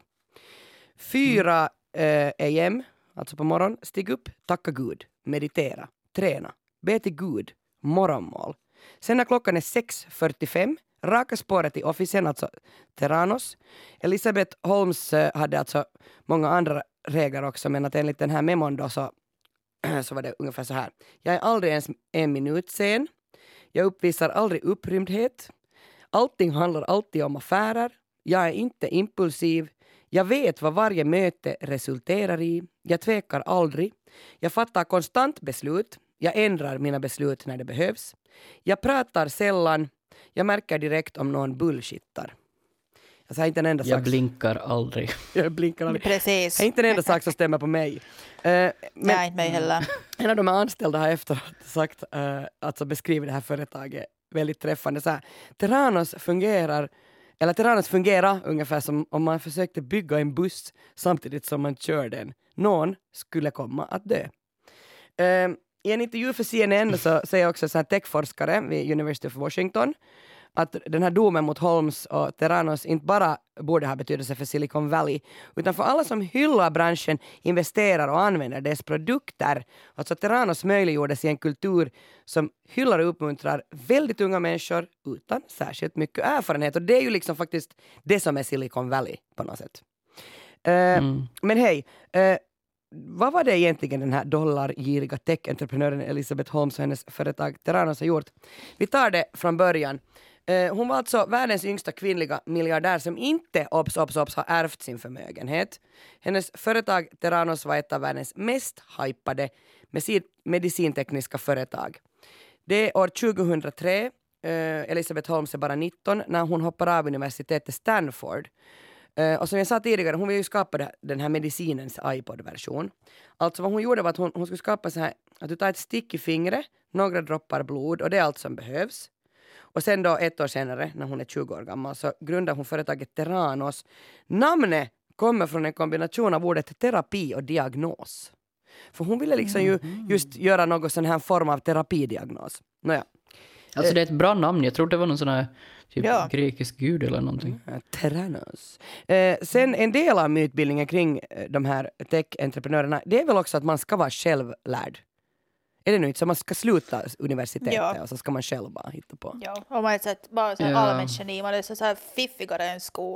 4 AM, alltså på morgon, stig upp, tacka Gud, meditera, träna, be till Gud, morgonmål. Sen när klockan är 6:45, raka spåret till officen, alltså Theranos. Elizabeth Holmes hade alltså många andra regler också, men att enligt den här memon då så var det ungefär så här. Jag är aldrig ens 1 minut sen. Jag uppvisar aldrig upprymdhet. Allting handlar alltid om affärer. Jag är inte impulsiv. Jag vet vad varje möte resulterar i. Jag tvekar aldrig. Jag fattar konstant beslut. Jag ändrar mina beslut när det behövs. Jag pratar sällan. Jag märker direkt om någon bullshittar. Alltså, inte en enda jag blinkar aldrig. Jag blinkar aldrig. Precis. Det är inte en enda sak som stämmer på mig. Nej, inte mig heller. En av de anställda har efteråt sagt, alltså beskriver det här företaget väldigt träffande. Så här, Theranos fungerar ungefär som om man försökte bygga en buss samtidigt som man kör den. Någon skulle komma att dö. I en intervju för CNN så säger också en techforskare vid University of Washington att den här domen mot Holmes och Theranos inte bara borde ha betydelse för Silicon Valley, utan för alla som hyllar branschen, investerar och använder dess produkter. Alltså Theranos möjliggjordes i en kultur som hyllar och uppmuntrar väldigt unga människor utan särskilt mycket erfarenhet. Och det är ju liksom faktiskt det som är Silicon Valley på något sätt. Men hej, vad var det egentligen den här dollargiriga tech-entreprenören Elizabeth Holmes och hennes företag Theranos har gjort? Vi tar det från början. Hon var alltså världens yngsta kvinnliga miljardär som inte har ärvt sin förmögenhet. Hennes företag Theranos var ett av världens mest hypade medicintekniska företag. Det är år 2003. Elizabeth Holmes är bara 19 när hon hoppar av universitetet Stanford. Och som jag sa tidigare, hon vill ju skapa den här medicinens iPod-version. Alltså vad hon gjorde var att hon skulle skapa så här, att du tar ett stick i fingret, några droppar blod, och det är allt som behövs. Och sen då 1 år senare, när hon är 20 år gammal, så grundar hon företaget Theranos. Namnet kommer från en kombination av ordet terapi och diagnos. För hon ville liksom ju just göra någon sån här form av terapidiagnos. Nåja. Alltså det är ett bra namn. Jag tror det var någon sån här typ grekisk gud eller någonting. Theranos. Sen en del av mytbildningen kring de här tech-entreprenörerna, det är väl också att man ska vara självlärd. Är det nu inte så man ska sluta universitetet och så ska man själv bara hitta på? Ja, och man är bara så allmän geni. Man är så här fiffigare än skolan.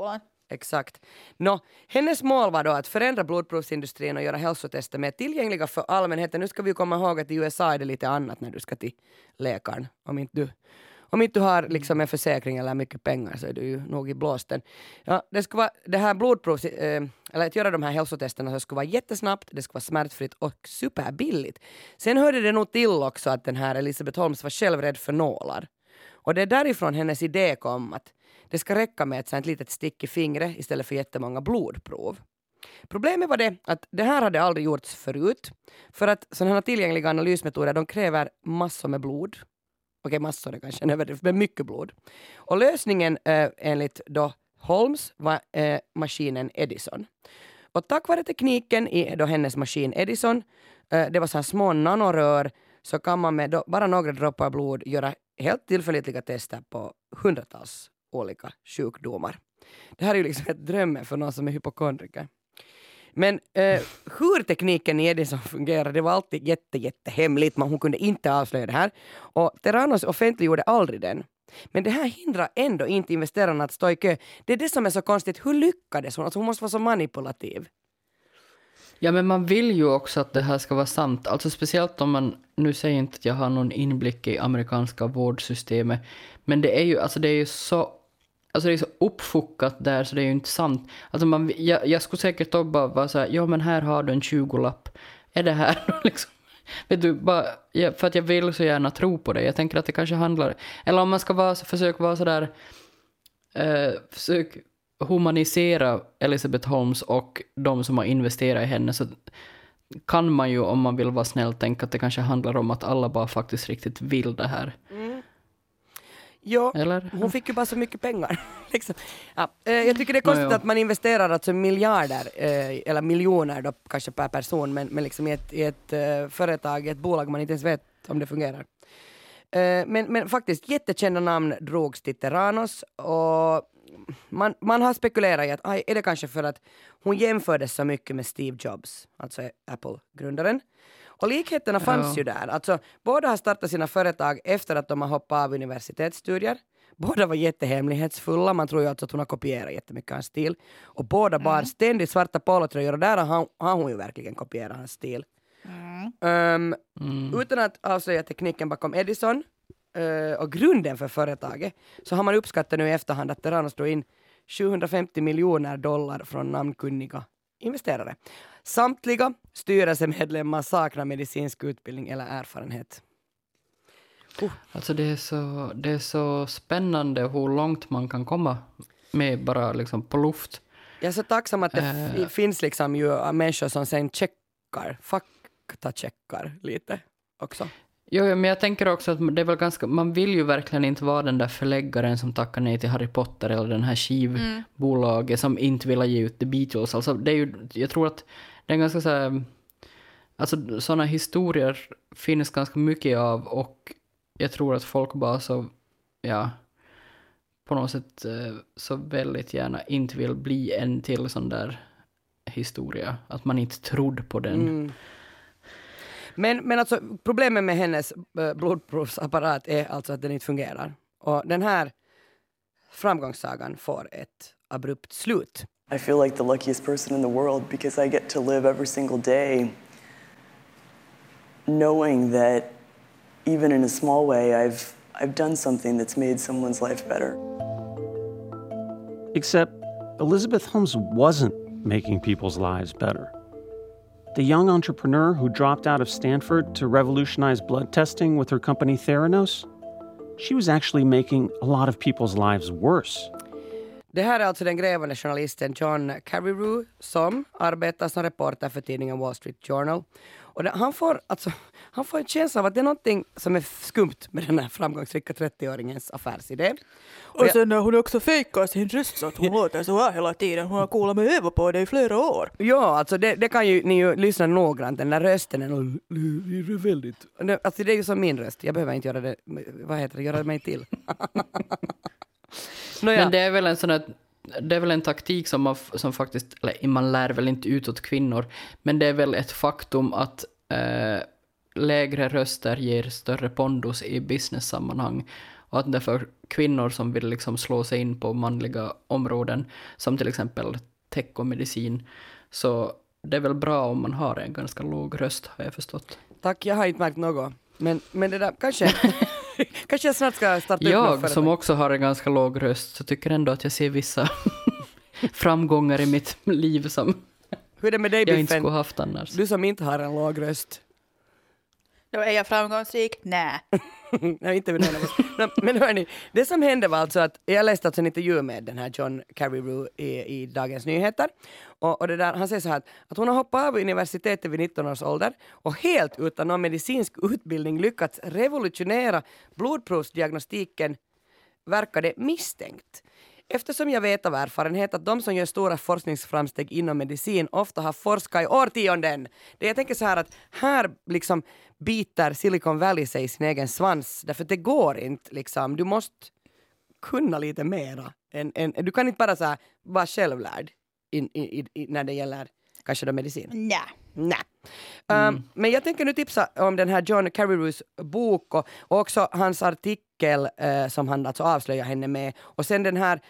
Exakt. Hennes mål var då att förändra blodprovsindustrin och göra hälsotester mer tillgängliga för allmänheten. Nu ska vi komma ihåg att i USA är det lite annat när du ska till läkaren. Om inte du har liksom en försäkring eller mycket pengar så är du ju nog i blåsten. Ja, det ska vara det här eller att göra de här hälsotesterna så ska vara jättesnabbt, det ska vara smärtfritt och superbilligt. Sen hörde det nog till också att den här Elisabeth Holmes var själv rädd för nålar. Och det är därifrån hennes idé kom att det ska räcka med ett litet stick i fingret istället för jättemånga blodprov. Problemet var det att det här hade aldrig gjorts förut. För att sådana här tillgängliga analysmetoder de kräver massor med blod. Okej, massor är kanske en överdrift, men mycket blod. Och lösningen enligt då Holmes var maskinen Edison. Och tack vare tekniken i då hennes maskin Edison, det var så här små nanorör, så kan man med bara några droppar blod göra helt tillförlitliga tester på hundratals olika sjukdomar. Det här är ju liksom ett dröm för någon som är hypokondriker. Men hur tekniken i Edison fungerar, det var alltid jättehemligt. Hon kunde inte avslöja det här. Och Theranos offentliggjorde aldrig den. Men det här hindrar ändå inte investerarna att stå i kö. Det är det som är så konstigt. Hur lyckades hon? Alltså hon måste vara så manipulativ. Ja, men man vill ju också att det här ska vara sant. Alltså speciellt om man, nu säger inte att jag har någon inblick i amerikanska vårdsystemet. Men det är ju, alltså det är ju så... Alltså det är så uppfuckat där så det är ju inte sant. Alltså jag skulle säkert då bara vara så här, ja men här har du en 20-lapp. Är det här liksom? Vet du, bara, för att jag vill så gärna tro på det. Jag tänker att det kanske handlar... Eller om man ska försöka vara så där... Försök humanisera Elisabeth Holmes och de som har investerat i henne, så kan man ju, om man vill vara snäll, tänka att det kanske handlar om att alla bara faktiskt riktigt vill det här. Ja, eller? Hon fick ju bara så mycket pengar. Liksom. Ja, jag tycker det är konstigt att man investerar alltså miljarder eller miljoner då, kanske per person, men liksom i ett företag, i ett bolag man inte ens vet om det fungerar. Men faktiskt jättekända namn drogs till Theranos, och man har spekulerat i att är det kanske för att hon jämfördes så mycket med Steve Jobs, alltså Apple-grundaren. Och likheterna fanns ju där. Alltså, båda har startat sina företag efter att de har hoppat av universitetsstudier. Båda var jättehemlighetsfulla. Man tror ju alltså att hon har kopierat jättemycket hans stil. Och båda bar ständigt svarta polotröjor, och där har hon ju verkligen kopierat hans stil. Utan att avslöja tekniken bakom Edison och grunden för företaget, så har man uppskattat nu i efterhand att Theranos drog in $750 miljoner från namnkunniga investerare. Samtliga styrelsemedlemmar saknar medicinsk utbildning eller erfarenhet. Alltså det är så spännande hur långt man kan komma med bara liksom på luft. Jag är så tacksam att det finns liksom ju människor som sen faktacheckar lite också. Jo, men jag tänker också att det är väl ganska, man vill ju verkligen inte vara den där förläggaren som tackar nej till Harry Potter eller den här skivbolaget som inte vill ge ut The Beatles. Alltså det är ju, jag tror att det är ganska så här, alltså sådana historier finns ganska mycket av, och jag tror att folk bara så, ja, på något sätt så väldigt gärna inte vill bli en till sån där historia, att man inte trodde på den. Men alltså problemet med hennes blodprovsapparat är alltså att den inte fungerar. Och den här framgångssagan får ett abrupt slut. I feel like the luckiest person in the world because I get to live every single day knowing that even in a small way I've done something that's made someone's life better. Except Elizabeth Holmes wasn't making people's lives better. The young entrepreneur who dropped out of Stanford to revolutionize blood testing with her company Theranos, she was actually making a lot of people's lives worse. Det här är alltså den grävande journalisten John Carreyrou som arbetar som reporter för tidningen Wall Street Journal. Och han får en känsla av att det är någonting som är skumt med den här framgångsrika 30-åringens affärsidé. Och sen när hon också fejkar sin röst så att hon låter så här hela tiden. Hon har coolat med över på det i flera år. Ja, alltså det kan ju ni ju lyssna noggrant. Den där rösten är väldigt... Alltså det är ju som min röst. Jag behöver inte göra det... Vad heter det? Göra mig till. Men det är väl en sån här... Det är väl en taktik som faktiskt, eller man lär väl inte ut åt kvinnor, men det är väl ett faktum att lägre röster ger större pondus i business-sammanhang. och att det är för kvinnor som vill liksom slå sig in på manliga områden som till exempel tech och medicin, så det är väl bra om man har en ganska låg röst, har jag förstått. Tack, jag har inte märkt något. Men det där, kanske jag snart ska starta upp något Jag företag. som också har en ganska låg röst, så tycker ändå att jag ser vissa framgångar i mitt liv som Hur är det med dig, jag Biffen? inte skulle haft annars. Du som inte har en låg röst. Då är jag framgångsrik? Nej. Nej, inte med någon av oss. Men hörni, det som hände var alltså att jag läste alltså en intervju med den här John Carreyrou i Dagens Nyheter. Och det där, han säger så här att hon har hoppat av universitetet vid 19 års ålder och helt utan någon medicinsk utbildning lyckats revolutionera blodprovsdiagnostiken, verkar det misstänkt. Eftersom jag vet av erfarenhet att de som gör stora forskningsframsteg inom medicin ofta har forskat i årtionden. Det jag tänker så här att här liksom biter Silicon Valley sig i sin egen svans. Därför att det går inte liksom. Du måste kunna lite mera. Du kan inte bara så här vara självlärd när det gäller kanske då medicin. Nej. Men jag tänker nu tipsa om den här John Carreyrous bok och också hans artikel som han alltså avslöjar henne med. Och sen den här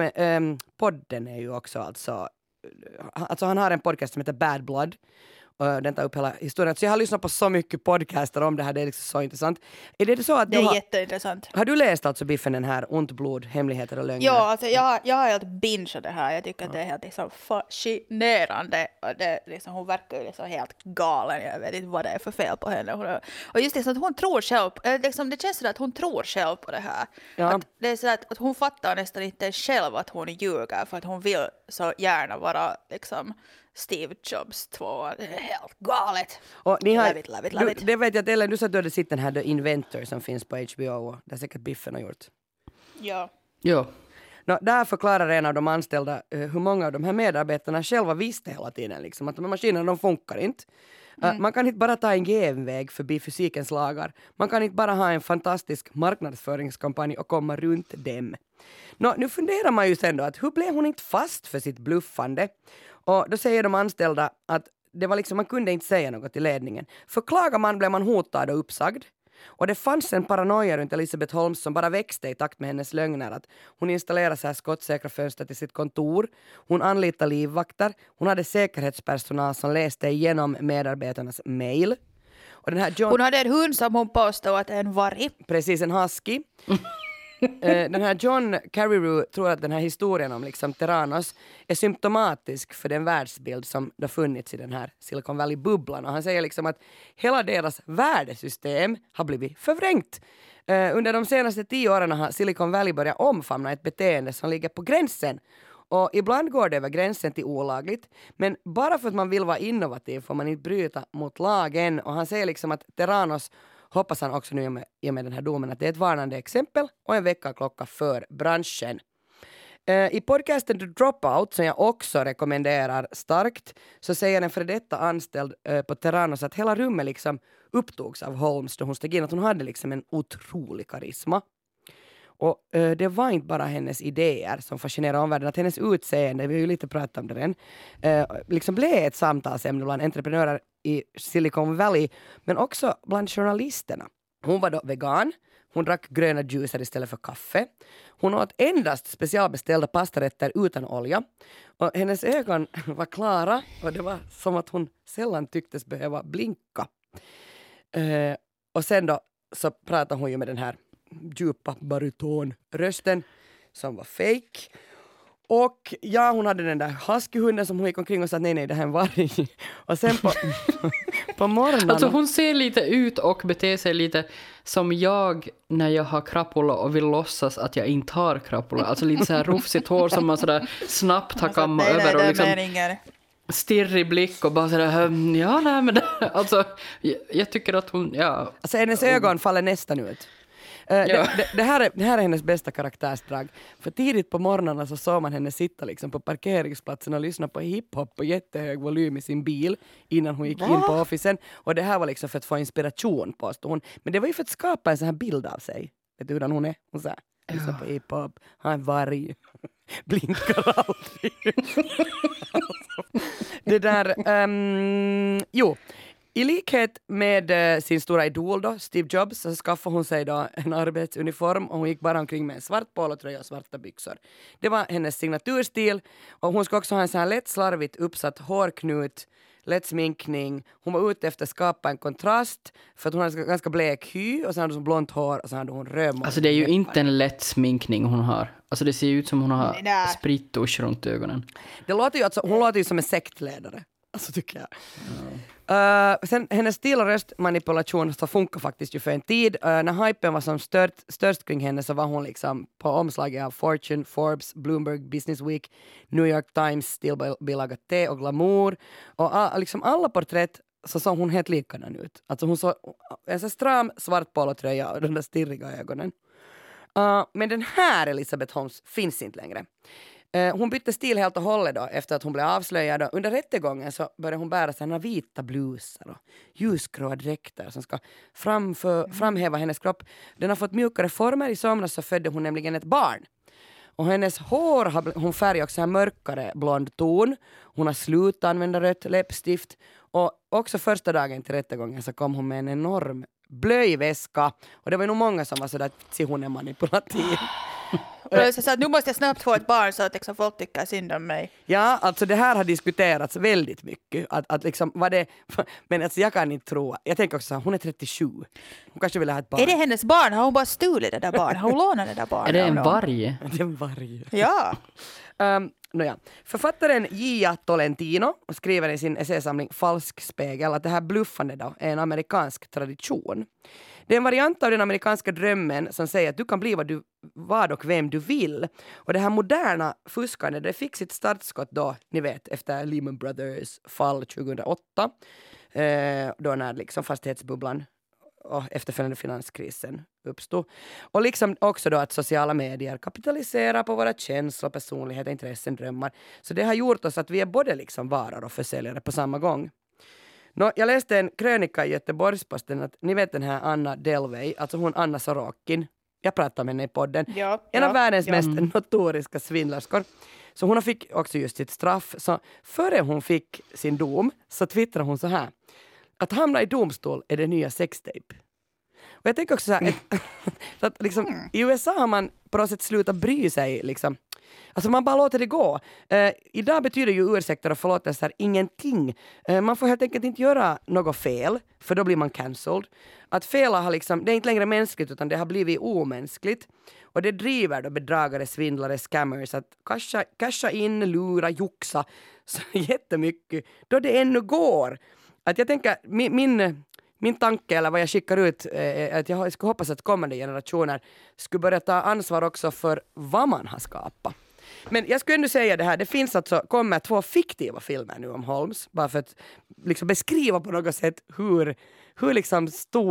podden är ju också alltså han har en podcast som heter Bad Blood. Den tar upp hela historien. Så jag har lyssnat på så mycket podcaster om det här, det är liksom så intressant. Är det så att det är jätteintressant. Har du läst alltså, Biffen, den här Ont blod, hemligheter och lögner? Ja, alltså jag har helt bingeat det här. Jag tycker att det är helt liksom fascinerande. Och det, liksom, hon verkar ju liksom helt galen. Jag vet inte vad det är för fel på henne. Och just liksom att hon tror själv, liksom, det känns så att hon tror själv på det här. Ja. Att det är så att hon fattar nästan inte själv att hon ljuger, för att hon vill så gärna vara liksom Steve Jobs 2. Det är helt galet. Och ni har, love it. Det vet jag att Ellen, du sa att du hade sett den här The Inventor som finns på HBO och det är säkert Biffen har gjort. Ja. Där förklarar en av de anställda hur många av de här medarbetarna själva visste hela tiden liksom, att de här maskinerna de funkar inte. Man kan inte bara ta en genväg förbi fysikens lagar. Man kan inte bara ha en fantastisk marknadsföringskampanj och komma runt dem. Nu funderar man ju sen då att hur blev hon inte fast för sitt bluffande? Och då säger de anställda att det var liksom, man kunde inte säga något till ledningen. För klagar man blev man hotad och uppsagd. Och det fanns en paranoia runt Elizabeth Holmes som bara växte i takt med hennes lögner. Att hon installerade så här skottsäkra fönster till sitt kontor. Hon anlitade livvakter. Hon hade säkerhetspersonal som läste igenom medarbetarnas mejl. Och den här hon hade en hund som hon påstod att är en varg. Precis, en husky. Den här John Carreyrou tror att den här historien om liksom Theranos är symptomatisk för den världsbild som det funnits i den här Silicon Valley-bubblan. Och han säger liksom att hela deras värdesystem har blivit förvrängt. Under de senaste 10 åren har Silicon Valley börjat omfamna ett beteende som ligger på gränsen. Och ibland går det över gränsen till olagligt. Men bara för att man vill vara innovativ får man inte bryta mot lagen. Och han säger liksom att Theranos, hoppas han också nu i och med den här domen, att det är ett varnande exempel och en väckarklocka för branschen. I podcasten The Dropout, som jag också rekommenderar starkt, så säger en för detta anställd på Theranos att hela rummet liksom upptogs av Holmes då hon steg in, att hon hade liksom en otrolig karisma. Och det var inte bara hennes idéer som fascinerade omvärlden, att hennes utseende, vi har ju lite pratat om det redan, liksom blev ett samtalsämne bland entreprenörer i Silicon Valley, men också bland journalisterna. Hon var då vegan, hon drack gröna juicer istället för kaffe. Hon åt endast specialbeställda pastarätter utan olja. Och hennes ögon var klara och det var som att hon sällan tycktes behöva blinka. Och sen då så pratade hon ju med den här djupa baritonrösten som var fake. Och ja, hon hade den där huskyhunden som hon gick omkring och sa nej, det här är en varg. Och sen på morgonen... Alltså hon ser lite ut och beter sig lite som jag när jag har krapula och vill låtsas att jag inte har krapula. Alltså lite så här rufsigt hår som man sådär snabbt har kammat över och liksom stirrig blick och bara sådär, ja nej men det, alltså jag tycker att hon, ja. Alltså hennes ögon faller nästan ut. Det här är hennes bästa karaktärsdrag. För tidigt på morgnarna så såg man henne sitta liksom på parkeringsplatsen och lyssna på hiphop på jättehög volym i sin bil innan hon gick in på officen. Och det här var liksom för att få inspiration, påstod hon. Men det var ju för att skapa en sån här bild av sig. Vet du hur hon är? Hon sa, lyssna på hiphop, har en varg, blinkar alltid. Det där, I likhet med sin stora idol då, Steve Jobs, så skaffade hon sig då en arbetsuniform och hon gick bara omkring med en svart polotröja och svarta byxor. Det var hennes signaturstil och hon ska också ha en sån här lätt slarvigt uppsatt hårknut, lätt sminkning. Hon var ute efter att skapa en kontrast för att hon hade ganska blek hy och så hade hon blont hår och så hade hon röd. Alltså det är ju inte en lätt sminkning hon har. Alltså det ser ut som hon har sprittusch runt ögonen. Det låter ju alltså, hon låter ju som en sektledare. Alltså tycker jag. Sen hennes stil och röstmanipulation så funkar faktiskt ju för en tid. När hypen var som störst kring henne så var hon liksom på omslaget av Fortune, Forbes, Bloomberg, Business Week, New York Times, stilbilaga T och Glamour. Och liksom alla porträtt så såg hon helt likadan ut. Alltså hon såg en så stram svart polotröja och de där stirriga ögonen. Men den här Elizabeth Holmes finns inte längre. Hon bytte stil helt och hållet då efter att hon blev avslöjad. Under rättegången så började hon bära såna vita blusar och ljusgråa dräkter som ska framhäva hennes kropp. Den har fått mjukare former. I somras så födde hon nämligen ett barn. Och hennes hår har hon färgat också en mörkare blond ton. Hon har slutat använda rött läppstift. Och också första dagen till rättegången så kom hon med en enorm blöjväska. Och det var nog många som var sådär att hon är manipulativ. Så nu måste jag snabbt få ett barn så att liksom folk tycker synd om mig. Ja, alltså det här har diskuterats väldigt mycket. Att liksom, vad det, men alltså jag kan inte tro. Jag tänker också att hon är 37. Hon kanske vill ha ett barn. Är det hennes barn? Har hon bara stulit det där barn? Har hon lånat det där barn? Är det en varg? Det är en varg. Ja. Nåja. Författaren Gia Tolentino skriver i sin essäsamling Falsk spegel att det här bluffande då är en amerikansk tradition. Det är en variant av den amerikanska drömmen som säger att du kan bli vad och vem du vill. Och det här moderna fuskande, det fick sitt startskott då, ni vet, efter Lehman Brothers fall 2008. Då när liksom fastighetsbubblan och efterföljande finanskrisen uppstod. Och liksom också då att sociala medier kapitaliserar på våra känslor, personligheter, intressen, drömmar. Så det har gjort oss att vi är både liksom varor och försäljare på samma gång. Jag läste en krönika i Göteborgsposten att ni vet den här Anna Delvey, alltså hon Anna Sorokin. Jag pratade med henne i podden. En av världens mest notoriska svindlerskor. Så hon fick också just sitt straff. Så före hon fick sin dom så twittrade hon så här. Att hamna i domstol är det nya sextape. Och jag tänker också så här, att liksom, i USA har man på något sätt slutat bry sig liksom. Alltså man bara låter det gå. Idag betyder ju ursäkter och förlåtelser ingenting. Man får helt enkelt inte göra något fel, för då blir man cancelled. Att fela har liksom, det är inte längre mänskligt utan det har blivit omänskligt. Och det driver då bedragare, svindlare, scammers att casha in, lura, joxa så jättemycket. Då det ännu går. Att jag tänker, min tanke eller vad jag skickar ut är att jag skulle hoppas att kommande generationer skulle börja ta ansvar också för vad man har skapat. Men jag skulle ändå säga det här, det finns alltså, kommer 2 fiktiva filmer nu om Holmes, bara för att liksom beskriva på något sätt hur liksom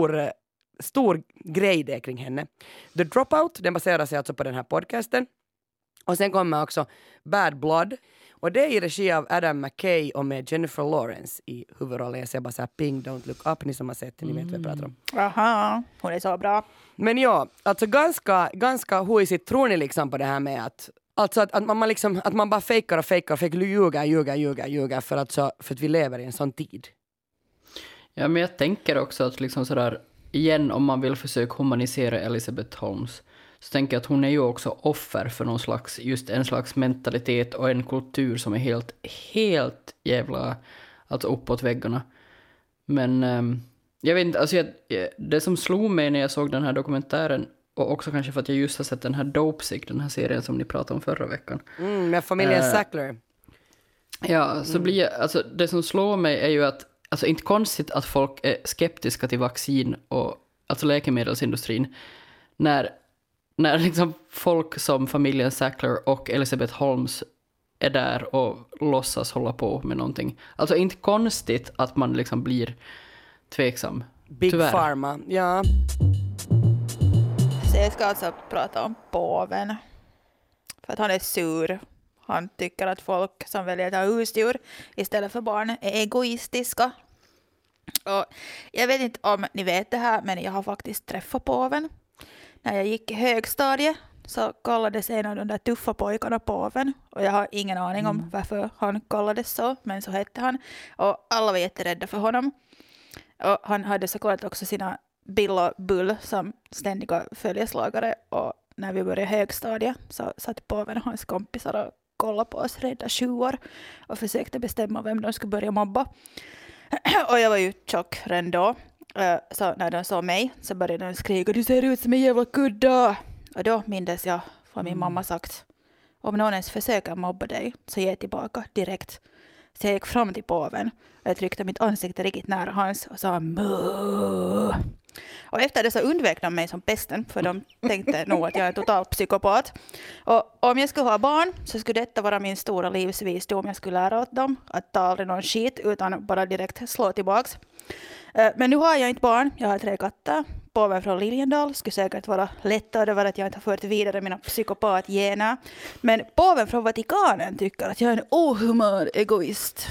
stor grej det är kring henne. The Dropout, den baserar sig alltså på den här podcasten. Och sen kommer också Bad Blood. Och det är i regi av Adam McKay och med Jennifer Lawrence i huvudrollen. Jag ser bara så här Ping, Don't Look Up, ni som har sett det, ni vet vad jag pratar om. Aha, hon är så bra. Men ja, alltså ganska huisigt tror ni liksom på det här med att alltså att man liksom, att man bara fejkar, ljuger för att vi lever i en sån tid. Ja, men jag tänker också att liksom sådär, igen om man vill försöka humanisera Elizabeth Holmes, så tänker jag att hon är ju också offer för en slags mentalitet och en kultur som är helt jävla alltså uppåt väggarna. Men jag vet inte, alltså det som slog mig när jag såg den här dokumentären, och också kanske för att jag just har sett den här Dopesick, den här serien som ni pratade om förra veckan. Med familjen Sackler. Ja, så blir jag, alltså det som slår mig är ju att, alltså inte konstigt att folk är skeptiska till vaccin och alltså läkemedelsindustrin när liksom folk som familjen Sackler och Elizabeth Holmes är där och låtsas hålla på med någonting. Alltså inte konstigt att man liksom blir tveksam. Big tyvärr. Pharma, ja. Så jag ska alltså prata om påven. För att han är sur. Han tycker att folk som väljer att ha husdjur istället för barn är egoistiska. Och jag vet inte om ni vet det här, men jag har faktiskt träffat påven. När jag gick i högstadiet så kallades en av de där tuffa pojkarna påven. Och jag har ingen aning om varför han kallades så, men så hette han. Och alla var jätterädda för honom. Och han hade såklart också sina Bill och Bull som ständiga följeslagare, och när vi började högstadiet så satt påven och hans kompisar och kollade på oss rädda 7 år och försökte bestämma vem de skulle börja mobba. Och jag var ju tjock redan då. Så när de såg mig så började de skrika, du ser ut som en jävla kudda. Och då mindes jag vad min mamma sagt: om någon ens försöker mobba dig så ge tillbaka direkt. Så jag gick fram till påven och jag tryckte mitt ansikte riktigt nära hans och sa Muh. Och efter det så undvek de mig som pesten, för de tänkte nog att jag är en total psykopat. Och om jag skulle ha barn så skulle detta vara min stora livsvisdom. Jag skulle lära åt dem att ta aldrig någon skit utan bara direkt slå tillbaks. Men nu har jag inte barn, jag har 3 katter. Påven från Liljendal skulle säkert vara lättare över att jag inte har fört vidare mina psykopatgener. Men påven från Vatikanen tycker att jag är en ohuman egoist.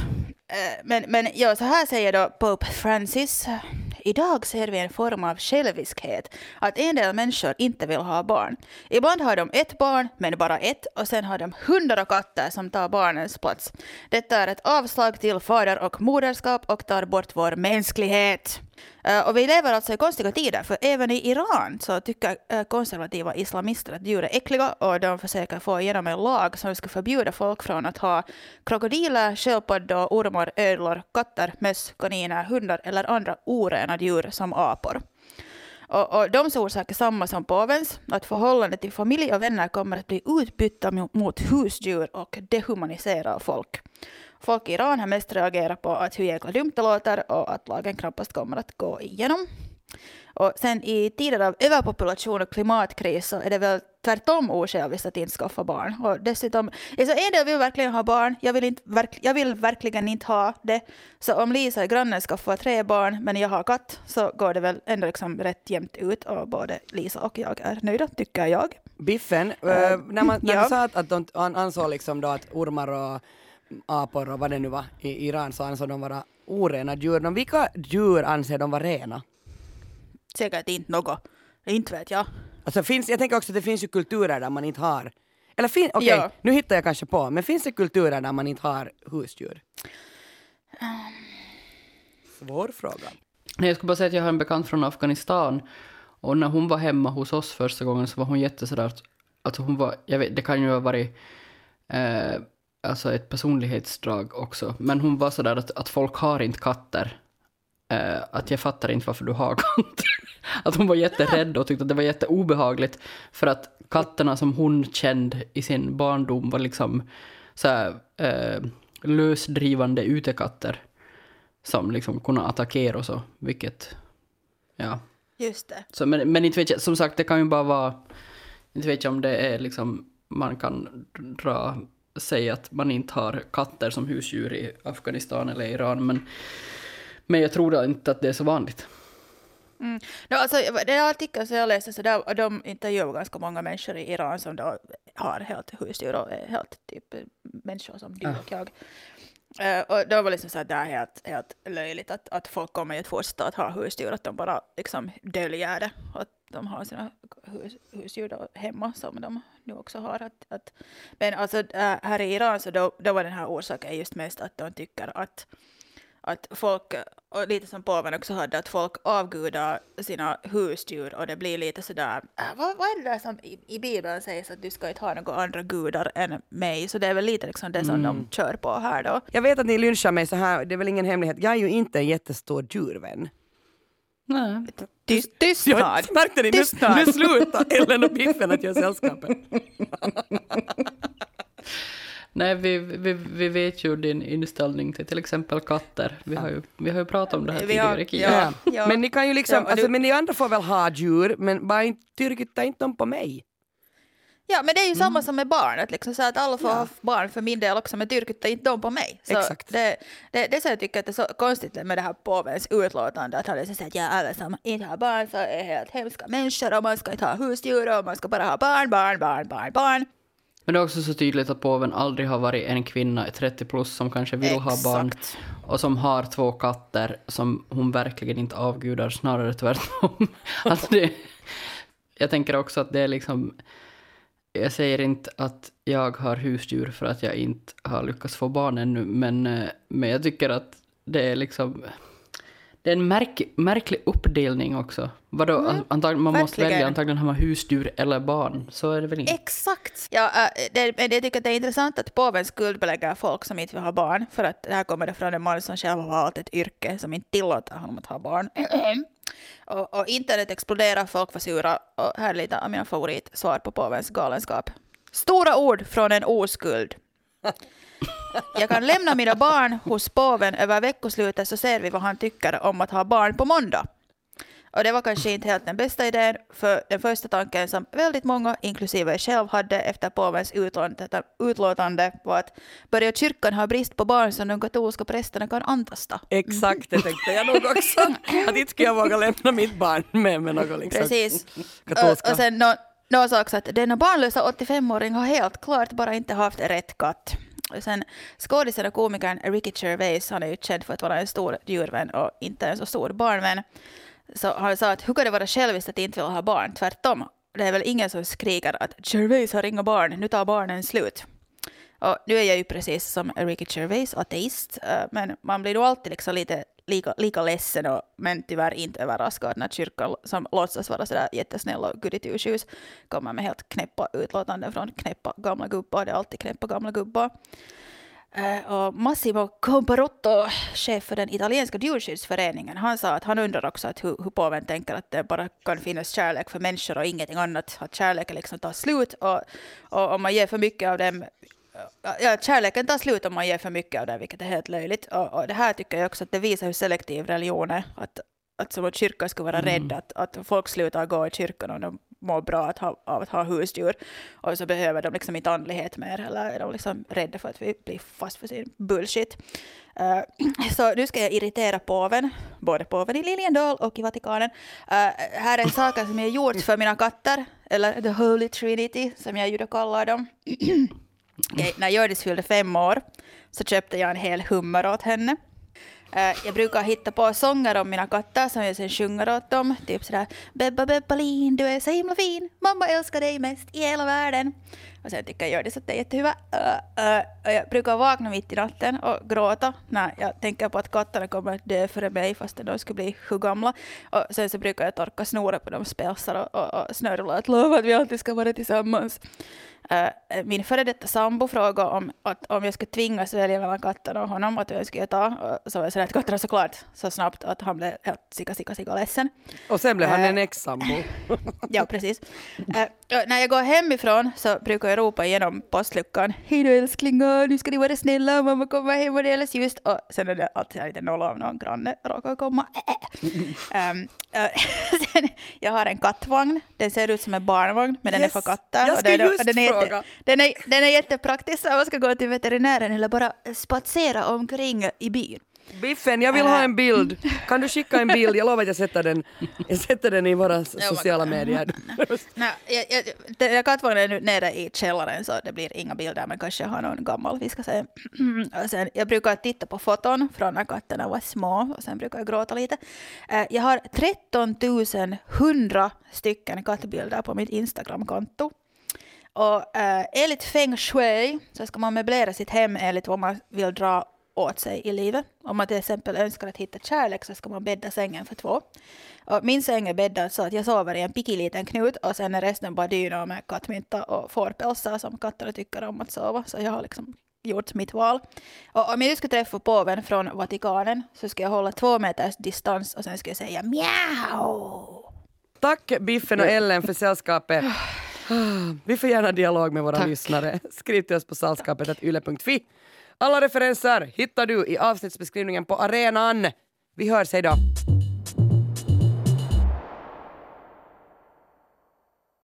Men ja, så här säger då Pope Francis: idag ser vi en form av själviskhet, att en del människor inte vill ha barn. Ibland har de 1 barn, men bara 1, och sen har de 100 katter som tar barnens plats. Detta är ett avslag till fader- och moderskap och tar bort vår mänsklighet. Och vi lever alltså i konstiga tider, för även i Iran så tycker konservativa islamister att djur är äckliga, och de försöker få igenom en lag som ska förbjuda folk från att ha krokodiler, sköldpaddor, ormar, ödlor, katter, möss, kaniner, hundar eller andra orena djur som apor. Och de orsakar samma som påvens, att förhållandet till familj och vänner kommer att bli utbytta mot husdjur och dehumanisera folk. Folk i Iran har mest reagerat på att hur jäkla dumt det låter och att lagen knappast kommer att gå igenom. Och sen i tider av överpopulation och klimatkris så är det väl tvärtom osjälviskt att inte skaffa barn. Och dessutom, alltså en del vill verkligen ha barn, jag vill verkligen inte ha det. Så om Lisa i grannen skaffar 3 barn men jag har katt, så går det väl ändå liksom rätt jämnt ut, och både Lisa och jag är nöjda, tycker jag. Biffen, när du sa att de ansåg liksom då att ormar och apor och vad det nu var i Iran, så ansåg de vara orena djur. Men vilka djur anser de vara rena? Säkert inte något. Inte vet jag. Alltså jag tänker också att det finns ju kulturer där man inte har... Eller ja. Nu hittar jag kanske på. Men finns det kulturer där man inte har husdjur? Svår fråga. Jag skulle bara säga att jag har en bekant från Afghanistan. Och när hon var hemma hos oss första gången så var hon jättesådär... Alltså hon var... Jag vet, det kan ju ha varit... alltså ett personlighetsdrag också. Men hon var sådär att folk har inte katter. Att jag fattar inte varför du har katter. Att hon var jätterädd och tyckte att det var jätteobehagligt. För att katterna som hon kände i sin barndom var liksom såhär lösdrivande utekatter. Som liksom kunde attackera och så. Vilket, ja. Just det. Så, men inte vet jag, som sagt det kan ju bara vara... Inte vet jag om det är liksom... Man kan säga att man inte har katter som husdjur i Afghanistan eller Iran. Men jag tror inte att det är så vanligt. Mm. No, alltså, det är artikeln som jag läste, så där, de intervjuar ganska många människor i Iran som då har helt husdjur och är helt typ människor som du och jag. Och då var liksom så att det är helt löjligt att folk kommer att fortsätta att ha husdjur, att de bara liksom döljer det. Att de har sina husdjur då hemma som de nu också har. Men alltså här i Iran så då var den här orsaken just mest att de tycker att folk, och lite som påven också hade, att folk avgudar sina husdjur, och det blir lite sådär, vad är det där som i Bibeln sägs att du ska inte ha några andra gudar än mig, så det är väl lite liksom det som de kör på här då. Jag vet att ni lynchar mig så här, det är väl ingen hemlighet, jag är ju inte en jättestor djurvän. Nej. Tystnad. Märkte ni? Nu slutar Ellen och Biffen att göra sällskapet. Nej, vi vet ju din inställning till exempel katter. Vi har ju pratat om det här tidigare. Ja. Men ni kan ju liksom, men ni andra får väl ha djur, men bara inte tyrkytta inte dem på mig. Ja, men det är ju samma som med barn, att liksom så att alla får ha barn för min del också, men tyrkytta inte dem på mig. Så exakt. Det så jag tycker att det är så konstigt med det här påvens utlåtande, att han säger att alla som inte har barn så är helt hemska människor, och man ska inte ha husdjur och man ska bara ha barn. Men det är också så tydligt att påven aldrig har varit en kvinna i 30 plus som kanske vill ha barn och som har 2 katter som hon verkligen inte avgudar, snarare tvärtom. Alltså jag tänker också att det är liksom, jag säger inte att jag har husdjur för att jag inte har lyckats få barn ännu, men jag tycker att det är liksom, Det är en märklig uppdelning också. Vadå? Antagligen, man måste välja, antagligen har man husdjur eller barn. Så är det väl inte? Exakt. Ja, jag tycker att det är intressant att påven skuldbelägger folk som inte vill ha barn. För att det här kommer det från en man som själv har valt ett yrke som inte tillåter honom att ha barn. Och internet exploderar, folk var sura. Och här är lite av mina favoritsvar på påvens galenskap. Stora ord från en oskuld. Jag kan lämna mina barn hos påven över veckoslutet så ser vi vad han tycker om att ha barn på måndag. Och det var kanske inte helt den bästa idén, för den första tanken som väldigt många, inklusive jag själv, hade efter påvens utlåtande var att börjar kyrkan ha brist på barn som de katolska prästerna kan antasta. Exakt, det tänkte jag nog också. Att inte ska jag våga lämna mitt barn med något liksom. Precis. Katolska. Och sen någon sa också att denna barnlösa 85-åring har helt klart bara inte haft rätt katt. Och sen skådisen och komikern Ricky Gervais, han är ju känd för att vara en stor djurvän och inte en så stor barnvän. Så han sa att hur kan det vara själviskt att inte vill ha barn? Tvärtom, det är väl ingen som skriker att Gervais har inga barn, nu tar barnen slut. Och nu är jag ju precis som Ricky Gervais, ateist, men man blir nog alltid liksom lika ledsen men tyvärr inte överraskad när kyrkan som låtsas vara sådär jättesnäll och goody two shoes kommer med helt knäppa utlåtanden från knäppa gamla gubbar. Det är alltid knäppa gamla gubbar. Och Massimo Comparotto, chef för den italienska djurskyddsföreningen, han sa att han undrar också att hur påven tänker att det bara kan finnas kärlek för människor och ingenting annat. Att kärleken liksom tar slut och om man ger för mycket av dem. Ja, kärleken tar slut om man ger för mycket av det, vilket är helt löjligt. Och det här tycker jag också att det visar hur selektiv religion är. Att som att kyrkan skulle vara rädd att folk slutar gå i kyrkan och de mår bra av att ha husdjur. Och så behöver de liksom inte andlighet mer. Eller är de liksom rädda för att vi blir fast för sin bullshit. Så nu ska jag irritera påven. Både påven i Liljendal och i Vatikanen. Här är saker som jag gjort för mina katter. Eller the Holy Trinity som jag ju kallar dem. När Hjördis fyllde 5 år så köpte jag en hel hummer åt henne. Jag brukar hitta på sånger om mina katter som jag sen sjunger åt dem. Typ sådär, Bebba Bebbalin, du är så himla fin. Mamma älskar dig mest i hela världen. Och sen tycker jag Hjördis att det är jättehuvud. Jag brukar vakna mitt i natten och gråta när jag tänker på att katterna kommer att dö före mig fast de skulle bli hur gamla. Och sen så brukar jag torka snora på de spelsar och snörla att lova att vi alltid ska vara tillsammans. Min före detta sambo frågade om jag skulle tvingas välja mellan katterna och honom att jag skulle ta. Så var jag sådär att katterna såklart så snabbt att han blev helt sika ledsen. Och sen blev han en ex-sambo. Ja, precis. När jag går hemifrån så brukar jag ropa igenom postluckan. Hej då älsklingar, nu ska ni vara snälla. Mamma kommer hem och det är alldeles just. Och sen är det alltid lite nolla av någon granne råkar komma. Sen, jag har en kattvagn. Den ser ut som en barnvagn men den är för katter. Jag ska Den är jättepraktisk om man ska gå till veterinären eller bara spatsera omkring i byn. Biffen, jag vill ha en bild. Kan du skicka en bild? Jag lovar att jag sätter den i våra sociala medier. Nej, kattvagnen är nu nere i källaren så det blir inga bilder men kanske jag har någon gammal, vi ska se. Och sen, jag brukar titta på foton från när katterna var små och sen brukar jag gråta lite. Jag har 13 100 stycken kattbilder på mitt Instagram-konto. Och enligt feng shui så ska man möblera sitt hem enligt vad man vill dra åt sig i livet. Om man till exempel önskar att hitta kärlek så ska man bädda sängen för 2. Och min säng är bäddad så att jag sover i en pickiliten knut och sen är resten bara dynor med kattmynta och fårpälsar som katterna tycker om att sova. Så jag har liksom gjort mitt val. Och om jag ska träffa påven från Vatikanen så ska jag hålla 2 meters distans och sen ska jag säga mjau. Tack Biffen och Ellen för sällskapet. Vi får gärna dialog med våra lyssnare. Skriv till oss på salskapet@yle.fi. Alla referenser hittar du i avsnittsbeskrivningen på arenan. Vi hörs, hej då.